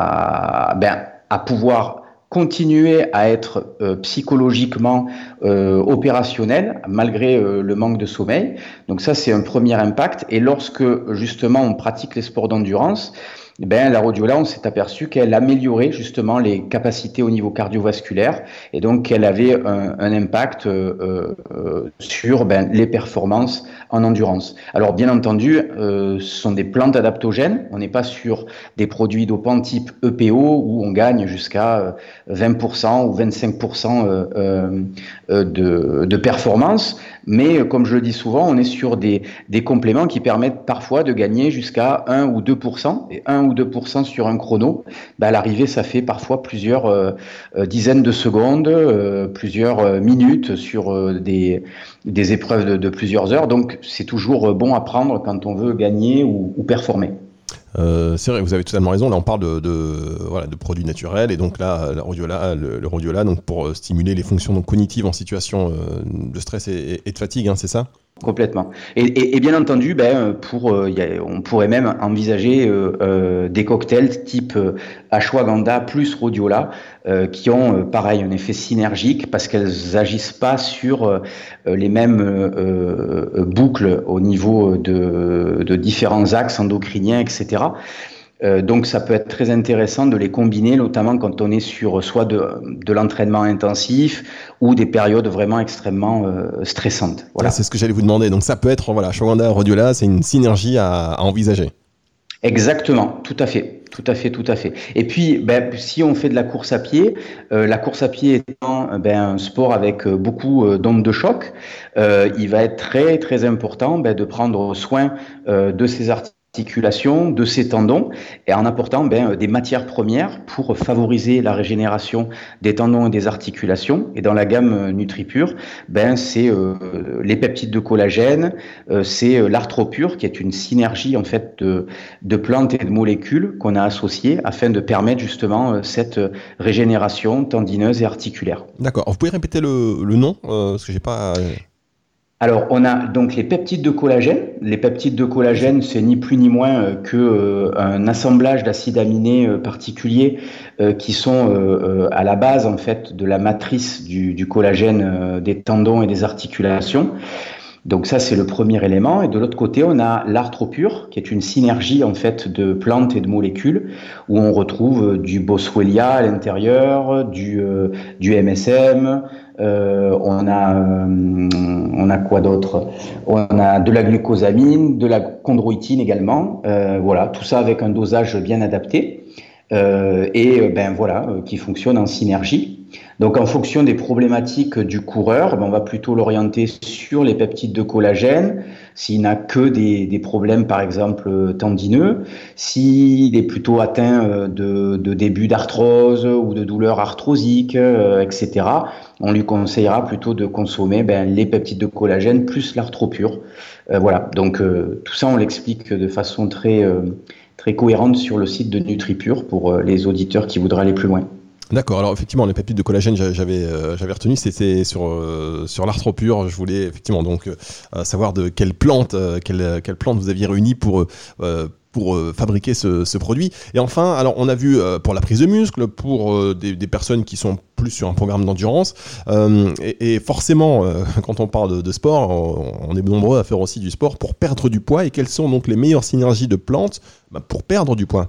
à, ben, à pouvoir continuer à être euh, psychologiquement euh, opérationnel malgré euh, le manque de sommeil. Donc ça, c'est un premier impact. Et lorsque justement on pratique les sports d'endurance, ben, la rhodiola, on s'est aperçu qu'elle améliorait justement les capacités au niveau cardiovasculaire et donc qu'elle avait un, un impact euh, euh, sur ben, les performances en endurance. Alors bien entendu, euh, ce sont des plantes adaptogènes. On n'est pas sur des produits dopants type E P O où on gagne jusqu'à vingt pour cent ou vingt-cinq pour cent euh, euh, de, de performance. mais comme je le dis souvent, on est sur des, des compléments qui permettent parfois de gagner jusqu'à un ou deux pour cent, et un ou deux pour cent sur un chrono, bah à l'arrivée ça fait parfois plusieurs euh, dizaines de secondes, euh, plusieurs minutes sur euh, des, des épreuves de, de plusieurs heures, donc c'est toujours bon à prendre quand on veut gagner ou, ou performer. Euh, c'est vrai, vous avez totalement raison. Là, on parle de, de, voilà, de produits naturels, et donc là, la rhodiola, le, le rhodiola, donc pour stimuler les fonctions donc, cognitives en situation euh, de stress et, et de fatigue, hein, c'est ça ? Complètement. Et, et, et bien entendu, ben, pour, euh, y a, on pourrait même envisager euh, euh, des cocktails type euh, ashwagandha plus rhodiola euh, qui ont euh, pareil un effet synergique parce qu'elles agissent pas sur euh, les mêmes euh, euh, boucles au niveau de, de différents axes endocriniens, et cetera. Euh, donc ça peut être très intéressant de les combiner, notamment quand on est sur soit de, de l'entraînement intensif ou des périodes vraiment extrêmement euh, stressantes. Voilà. Ah, c'est ce que j'allais vous demander. Donc ça peut être, voilà, ashwagandha, rhodiola, c'est une synergie à, à envisager. Exactement, tout à fait, tout à fait, tout à fait. Et puis, ben, si on fait de la course à pied, euh, la course à pied étant ben, un sport avec beaucoup euh, d'ondes de choc, euh, il va être très très important ben, de prendre soin euh, de ces articulations, de ces tendons, et en apportant ben, des matières premières pour favoriser la régénération des tendons et des articulations. Et dans la gamme NutriPure, ben, c'est euh, les peptides de collagène, euh, c'est l'Arthropure, qui est une synergie en fait de, de plantes et de molécules qu'on a associées afin de permettre justement cette régénération tendineuse et articulaire. D'accord. Vous pouvez répéter le, le nom euh, parce que j'ai pas. Alors, on a donc les peptides de collagène. Les peptides de collagène, c'est ni plus ni moins euh, que euh, un assemblage d'acides aminés euh, particuliers euh, qui sont euh, à la base en fait de la matrice du, du collagène euh, des tendons et des articulations. Donc ça, c'est le premier élément. Et de l'autre côté, on a l'Arthropure, qui est une synergie en fait de plantes et de molécules, où on retrouve du Boswellia à l'intérieur, du, euh, du M S M. Euh, on a, euh, on a quoi d'autre ? On a de la glucosamine, de la chondroïtine également. Euh, voilà, tout ça avec un dosage bien adapté euh, et ben voilà, euh, qui fonctionne en synergie. Donc, en fonction des problématiques du coureur, ben, on va plutôt l'orienter sur les peptides de collagène. S'il n'a que des, des problèmes, par exemple, tendineux, s'il est plutôt atteint de, de début d'arthrose ou de douleurs arthrosiques, euh, et cetera, on lui conseillera plutôt de consommer ben, les peptides de collagène plus l'Arthropure. Euh, voilà. Donc, euh, tout ça, on l'explique de façon très, euh, très cohérente sur le site de NutriPure pour euh, les auditeurs qui voudraient aller plus loin. D'accord, alors effectivement les peptides de collagène j'avais euh, j'avais retenu, c'était sur euh, sur l'Arthropure. Je voulais effectivement donc euh, savoir de quelle plante euh, quelle quelle plante vous aviez réuni pour euh, pour euh, fabriquer ce, ce produit. Et enfin, alors on a vu euh, pour la prise de muscle, pour euh, des, des personnes qui sont plus sur un programme d'endurance, euh, et, et forcément euh, quand on parle de, de sport, on, on est nombreux à faire aussi du sport pour perdre du poids. Et quelles sont donc les meilleures synergies de plantes bah, pour perdre du poids ?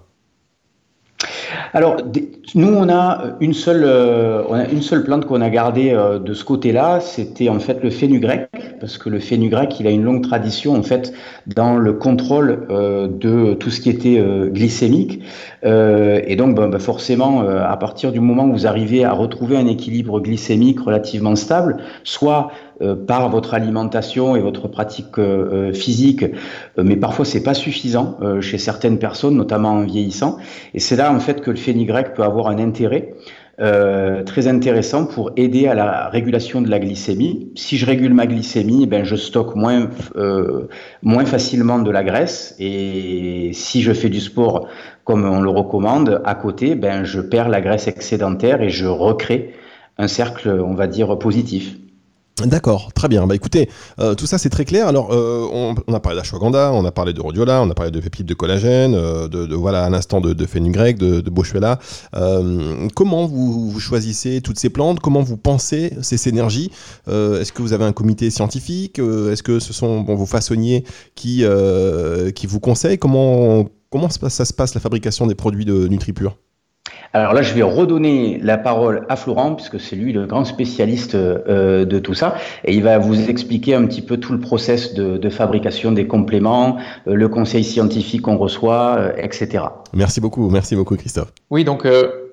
Alors, nous, on a une seule, euh, on a une seule plante qu'on a gardée euh, de ce côté-là, c'était en fait le fenugrec, parce que le fenugrec, il a une longue tradition en fait dans le contrôle euh, de tout ce qui était euh, glycémique, euh, et donc ben, ben, forcément, euh, à partir du moment où vous arrivez à retrouver un équilibre glycémique relativement stable, soit Euh, par votre alimentation et votre pratique euh, physique, euh, mais parfois c'est pas suffisant euh, chez certaines personnes, notamment en vieillissant. Et c'est là en fait que le fenugrec peut avoir un intérêt euh, très intéressant pour aider à la régulation de la glycémie. Si je régule ma glycémie, ben je stocke moins euh, moins facilement de la graisse, et si je fais du sport comme on le recommande à côté, ben je perds la graisse excédentaire et je recrée un cercle, on va dire, positif. D'accord, très bien. Bah écoutez, euh, tout ça c'est très clair. Alors, euh, on, on a parlé d'ashwagandha, on a parlé de rhodiola, on a parlé de peptides de collagène, euh, de, de voilà à l'instant de, de fenugrec, de, de boswellia. Euh, comment vous, vous choisissez toutes ces plantes ? Comment vous pensez ces synergies ? euh, Est-ce que vous avez un comité scientifique ? euh, Est-ce que ce sont bon, vos façonniers qui euh, qui vous conseillent ? Comment comment ça se passe la fabrication des produits de NutriPure ? Alors là, je vais redonner la parole à Florent, puisque c'est lui le grand spécialiste euh, de tout ça, et il va vous expliquer un petit peu tout le process de, de fabrication des compléments, euh, le conseil scientifique qu'on reçoit, euh, et cetera. Merci beaucoup, merci beaucoup Christophe. Oui, donc euh,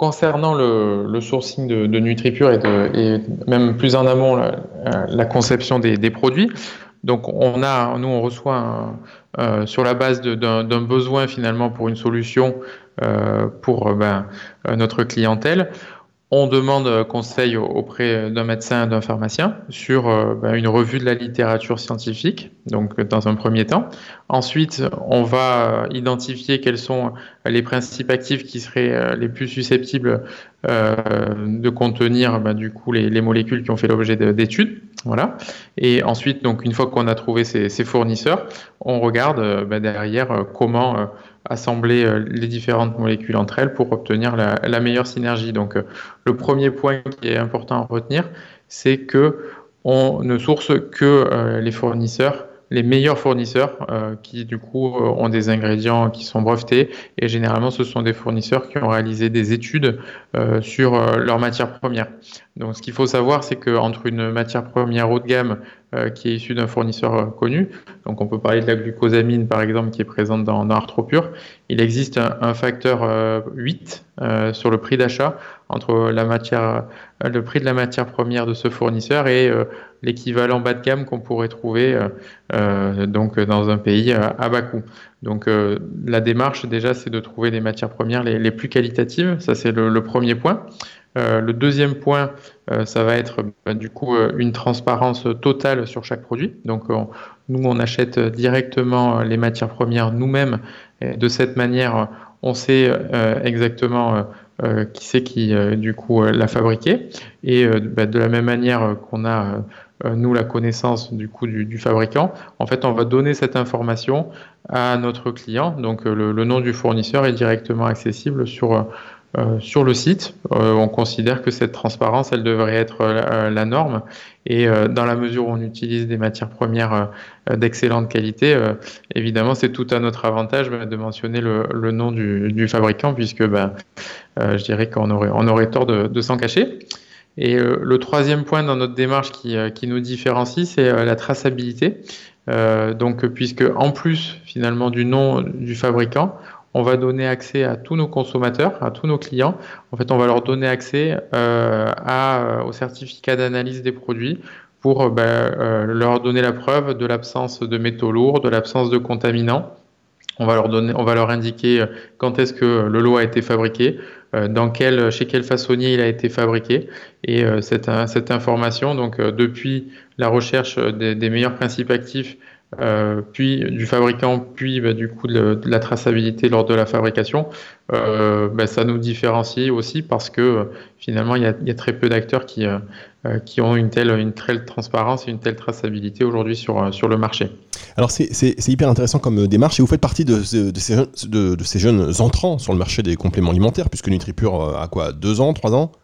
concernant le, le sourcing de, de NutriPure et, de, et même plus en amont la, la conception des, des produits, donc on a, nous on reçoit un, euh, sur la base de, d'un, d'un besoin finalement pour une solution euh, pour ben, notre clientèle. On demande conseil auprès d'un médecin, d'un pharmacien sur euh, ben, une revue de la littérature scientifique, donc dans un premier temps. Ensuite, on va identifier quels sont les principes actifs qui seraient les plus susceptibles euh, de contenir ben, du coup les, les molécules qui ont fait l'objet de, d'études. Voilà. Et ensuite, donc une fois qu'on a trouvé ces, ces fournisseurs, on regarde ben, derrière comment euh, assembler euh, les différentes molécules entre elles pour obtenir la, la meilleure synergie. Donc euh, le premier point qui est important à retenir, c'est que on ne source que euh, les fournisseurs, les meilleurs fournisseurs euh, qui du coup euh, ont des ingrédients qui sont brevetés, et généralement ce sont des fournisseurs qui ont réalisé des études euh, sur euh, leurs matières premières. Donc ce qu'il faut savoir, c'est qu'entre une matière première haut de gamme euh, qui est issue d'un fournisseur euh, connu, donc on peut parler de la glucosamine par exemple qui est présente dans, dans ArthroPure, il existe un, un facteur euh, huit euh, sur le prix d'achat entre la matière, euh, le prix de la matière première de ce fournisseur et euh, l'équivalent bas de gamme qu'on pourrait trouver euh, euh, donc dans un pays euh, à bas coût. Donc euh, la démarche déjà c'est de trouver les matières premières les, les plus qualitatives, ça c'est le, le premier point. Euh, le deuxième point, euh, ça va être bah, du coup euh, une transparence totale sur chaque produit. Donc on, nous on achète directement les matières premières nous-mêmes. Et de cette manière, on sait euh, exactement euh, qui c'est qui euh, du coup euh, l'a fabriqué. Et euh, bah, de la même manière qu'on a euh, nous la connaissance du coup du, du fabricant, en fait on va donner cette information à notre client. Donc euh, le, le nom du fournisseur est directement accessible sur euh, Euh, sur le site. Euh, on considère que cette transparence, elle devrait être euh, la norme, et euh, dans la mesure où on utilise des matières premières euh, d'excellente qualité, euh, évidemment c'est tout à notre avantage bah, de mentionner le, le nom du, du fabricant, puisque bah, euh, je dirais qu'on aurait, on aurait tort de, de s'en cacher. Et euh, le troisième point dans notre démarche qui, euh, qui nous différencie, c'est euh, la traçabilité. Euh, donc puisque en plus finalement du nom du fabricant, on va donner accès à tous nos consommateurs, à tous nos clients. En fait, on va leur donner accès euh, à, au certificat d'analyse des produits pour ben, euh, leur donner la preuve de l'absence de métaux lourds, de l'absence de contaminants. On va leur donner, on va leur indiquer quand est-ce que le lot a été fabriqué, euh, dans quel, chez quel façonnier il a été fabriqué, et euh, cette, cette information, donc euh, depuis la recherche des, des meilleurs principes actifs, Euh, puis du fabricant, puis bah, du coup de, de la traçabilité lors de la fabrication, euh, bah, ça nous différencie aussi parce que euh, finalement il y, y a très peu d'acteurs qui, euh, qui ont une telle, une telle transparence et une telle traçabilité aujourd'hui sur, sur le marché. Alors c'est, c'est, c'est hyper intéressant comme démarche, et vous faites partie de, de, de, ces, de, de ces jeunes entrants sur le marché des compléments alimentaires, puisque NutriPure a quoi, deux ans, trois ans ?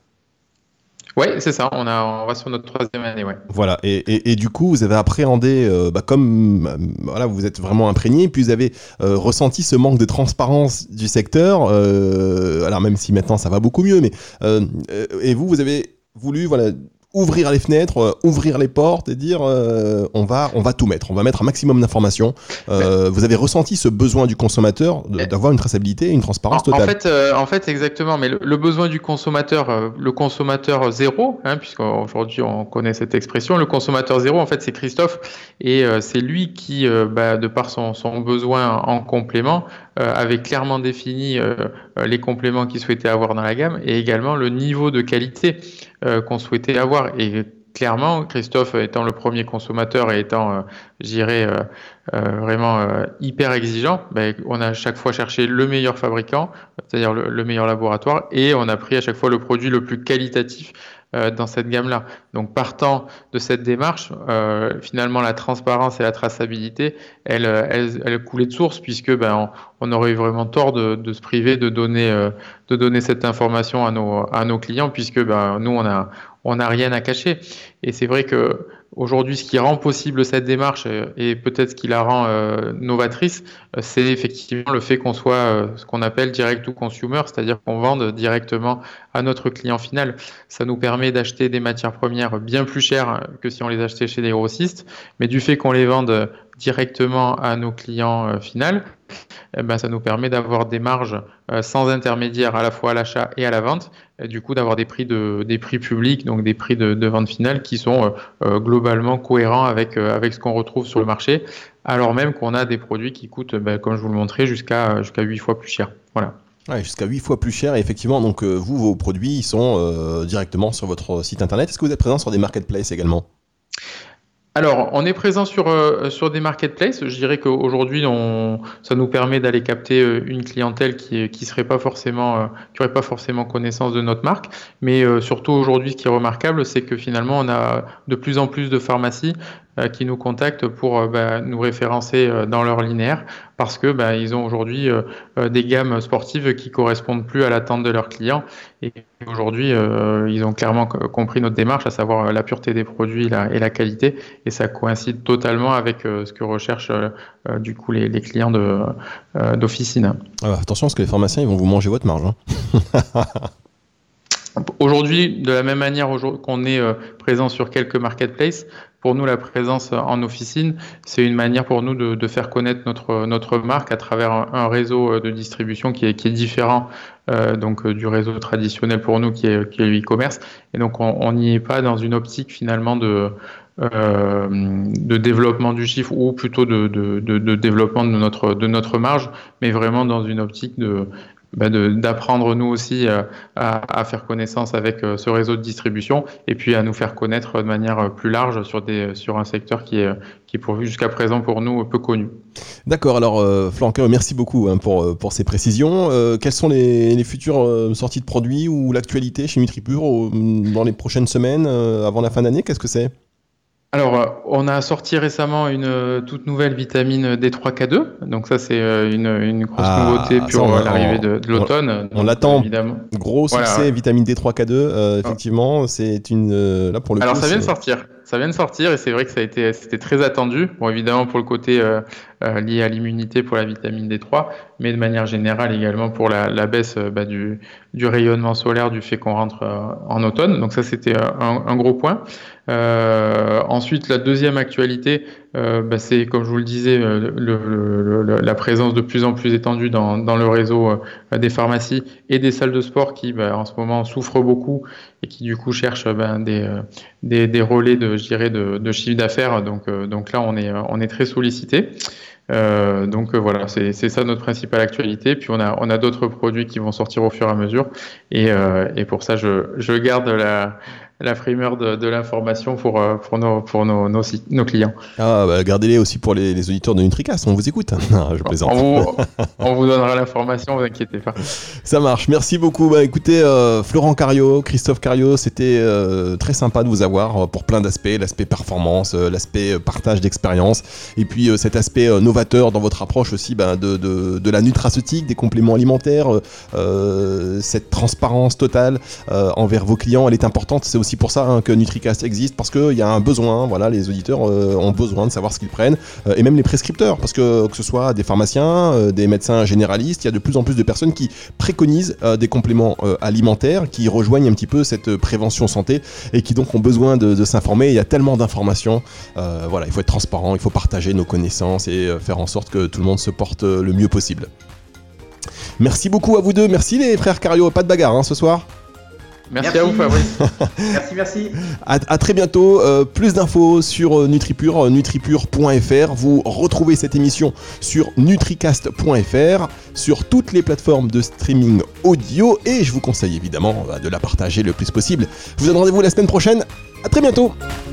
Oui, c'est ça, on, a, on va sur notre troisième année. Ouais. Voilà, et, et, et du coup, vous avez appréhendé, euh, bah, comme euh, voilà, vous êtes vraiment imprégné, puis vous avez euh, ressenti ce manque de transparence du secteur, euh, alors même si maintenant ça va beaucoup mieux, mais euh, et vous, vous avez voulu voilà, ouvrir les fenêtres, euh, ouvrir les portes et dire euh, on, va, on va tout mettre, on va mettre un maximum d'informations. Euh, ouais. Vous avez ressenti ce besoin du consommateur de, d'avoir une traçabilité et une transparence en, totale. En fait, euh, en fait, exactement, mais le, le besoin du consommateur, euh, le consommateur zéro, hein, puisqu'aujourd'hui on connaît cette expression, le consommateur zéro, en fait, c'est Christophe, et euh, c'est lui qui, euh, bah, de par son, son besoin en complément, euh, avait clairement défini euh, les compléments qu'il souhaitait avoir dans la gamme, et également le niveau de qualité euh, qu'on souhaitait avoir. Et clairement, Christophe étant le premier consommateur et étant, euh, je dirais, euh, euh, vraiment euh, hyper exigeant, ben, on a à chaque fois cherché le meilleur fabricant, c'est-à-dire le, le meilleur laboratoire, et on a pris à chaque fois le produit le plus qualitatif euh, dans cette gamme-là. Donc partant de cette démarche, euh, finalement la transparence et la traçabilité, elles, elles, elles coulaient de source, puisque ben, on, on aurait eu vraiment tort de, de se priver de donner, euh, de donner cette information à nos, à nos clients, puisque ben, nous, on a on n'a rien à cacher. Et c'est vrai que aujourd'hui, ce qui rend possible cette démarche, et peut-être ce qui la rend euh, novatrice, c'est effectivement le fait qu'on soit euh, ce qu'on appelle direct to consumer, c'est-à-dire qu'on vende directement à notre client final. Ça nous permet d'acheter des matières premières bien plus chères que si on les achetait chez des grossistes, mais du fait qu'on les vende directement à nos clients euh, finaux, eh ben, ça nous permet d'avoir des marges euh, sans intermédiaire à la fois à l'achat et à la vente, et du coup d'avoir des prix de des prix publics, donc des prix de, de vente finale qui sont euh, globalement cohérents avec euh, avec ce qu'on retrouve sur le marché, alors même qu'on a des produits qui coûtent, ben, comme je vous le montrais, jusqu'à jusqu'à huit fois plus cher. Voilà. Ouais, jusqu'à huit fois plus cher, et effectivement, donc euh, vous, vos produits, ils sont euh, directement sur votre site internet. Est-ce que vous êtes présent sur des marketplaces également ? Alors, on est présent sur, euh, sur des marketplaces. Je dirais qu'aujourd'hui, on, ça nous permet d'aller capter euh, une clientèle qui qui serait pas forcément, euh, qui aurait pas forcément connaissance de notre marque. Mais euh, surtout aujourd'hui, ce qui est remarquable, c'est que finalement, on a de plus en plus de pharmacies euh, qui nous contactent pour euh, bah, nous référencer euh, dans leur linéaire, parce que bah, ils ont aujourd'hui euh, euh, des gammes sportives qui correspondent plus à l'attente de leurs clients. Et aujourd'hui, euh, ils ont clairement compris notre démarche, à savoir la pureté des produits la, et la qualité. Et ça coïncide totalement avec euh, ce que recherchent euh, euh, du coup les, les clients de, euh, d'officine. Ah, attention, parce que les pharmaciens, ils vont vous manger votre marge. Hein. Aujourd'hui, de la même manière qu'on est euh, présent sur quelques marketplaces, pour nous, la présence en officine, c'est une manière pour nous de, de faire connaître notre, notre marque à travers un, un réseau de distribution qui est, qui est différent euh, donc, euh, du réseau traditionnel pour nous qui est, qui est le e-commerce. Et donc, on n'y est pas dans une optique finalement de, euh, de développement du chiffre, ou plutôt de, de, de, de développement de notre, de notre marge, mais vraiment dans une optique de... Bah de, d'apprendre nous aussi euh, à, à faire connaissance avec euh, ce réseau de distribution, et puis à nous faire connaître de manière plus large sur, des, sur un secteur qui est, qui est pour, jusqu'à présent pour nous peu connu. D'accord, alors euh, Florent Carriot, merci beaucoup hein, pour, pour ces précisions. Euh, quelles sont les, les futures euh, sorties de produits ou l'actualité chez NutriPure euh, dans les prochaines semaines, euh, avant la fin d'année? Qu'est-ce que c'est ? Alors, on a sorti récemment une euh, toute nouvelle vitamine D trois K deux. Donc ça, c'est euh, une, une grosse ah, nouveauté pour on, l'arrivée on, de, de l'automne. On, on l'attend. Évidemment. Gros succès, voilà. Vitamine D trois K deux. Euh, effectivement, oh. c'est une... Euh, là, pour le Alors, coup, ça vient c'est... de sortir. Ça vient de sortir, et c'est vrai que ça a été, c'était très attendu. Bon, évidemment, pour le côté euh, euh, lié à l'immunité pour la vitamine D trois, mais de manière générale également pour la, la baisse euh, bah, du, du rayonnement solaire du fait qu'on rentre euh, en automne. Donc ça, c'était un, un gros point. Euh, ensuite, la deuxième actualité, euh, bah, c'est, comme je vous le disais, le, le, le, la présence de plus en plus étendue dans, dans le réseau euh, des pharmacies et des salles de sport qui, bah, en ce moment, souffrent beaucoup et qui, du coup, cherchent bah, des, euh, des, des relais de, je dirais, de, de chiffre d'affaires. Donc, euh, donc là, on est, on est très sollicité. Euh, donc euh, voilà, c'est, c'est ça notre principale actualité. Puis on a, on a d'autres produits qui vont sortir au fur et à mesure. Et, euh, et pour ça, je, je garde la... la primeur de, de l'information pour, pour, nos, pour nos, nos, nos clients. Ah, bah, gardez-les aussi pour les, les auditeurs de NutriCast, on vous écoute. Non, je plaisante. On vous, on vous donnera l'information, ne vous inquiétez pas. Ça marche, merci beaucoup. Bah, écoutez, euh, Florent Carriot, Christophe Carriot, c'était euh, très sympa de vous avoir pour plein d'aspects, l'aspect performance, euh, l'aspect partage d'expérience, et puis euh, cet aspect euh, novateur dans votre approche aussi bah, de, de, de la nutraceutique, des compléments alimentaires, euh, cette transparence totale euh, envers vos clients, elle est importante. C'est aussi C'est pour ça hein, que NutriCast existe, parce qu'il y a un besoin, voilà, les auditeurs euh, ont besoin de savoir ce qu'ils prennent, euh, et même les prescripteurs, parce que que ce soit des pharmaciens, euh, des médecins généralistes, il y a de plus en plus de personnes qui préconisent euh, des compléments euh, alimentaires, qui rejoignent un petit peu cette prévention santé, et qui donc ont besoin de, de s'informer. Il y a tellement d'informations, euh, voilà, il faut être transparent, il faut partager nos connaissances et euh, faire en sorte que tout le monde se porte euh, le mieux possible. Merci beaucoup à vous deux, merci les frères Carriot, pas de bagarre hein, ce soir. Merci, merci à vous Fabrice. Merci, merci. À, à très bientôt. Euh, plus d'infos sur euh, NutriPure, euh, nutripure point f r. Vous retrouvez cette émission sur nutricast point f r, sur toutes les plateformes de streaming audio, et je vous conseille évidemment euh, de la partager le plus possible. Je vous donne rendez-vous la semaine prochaine. À très bientôt.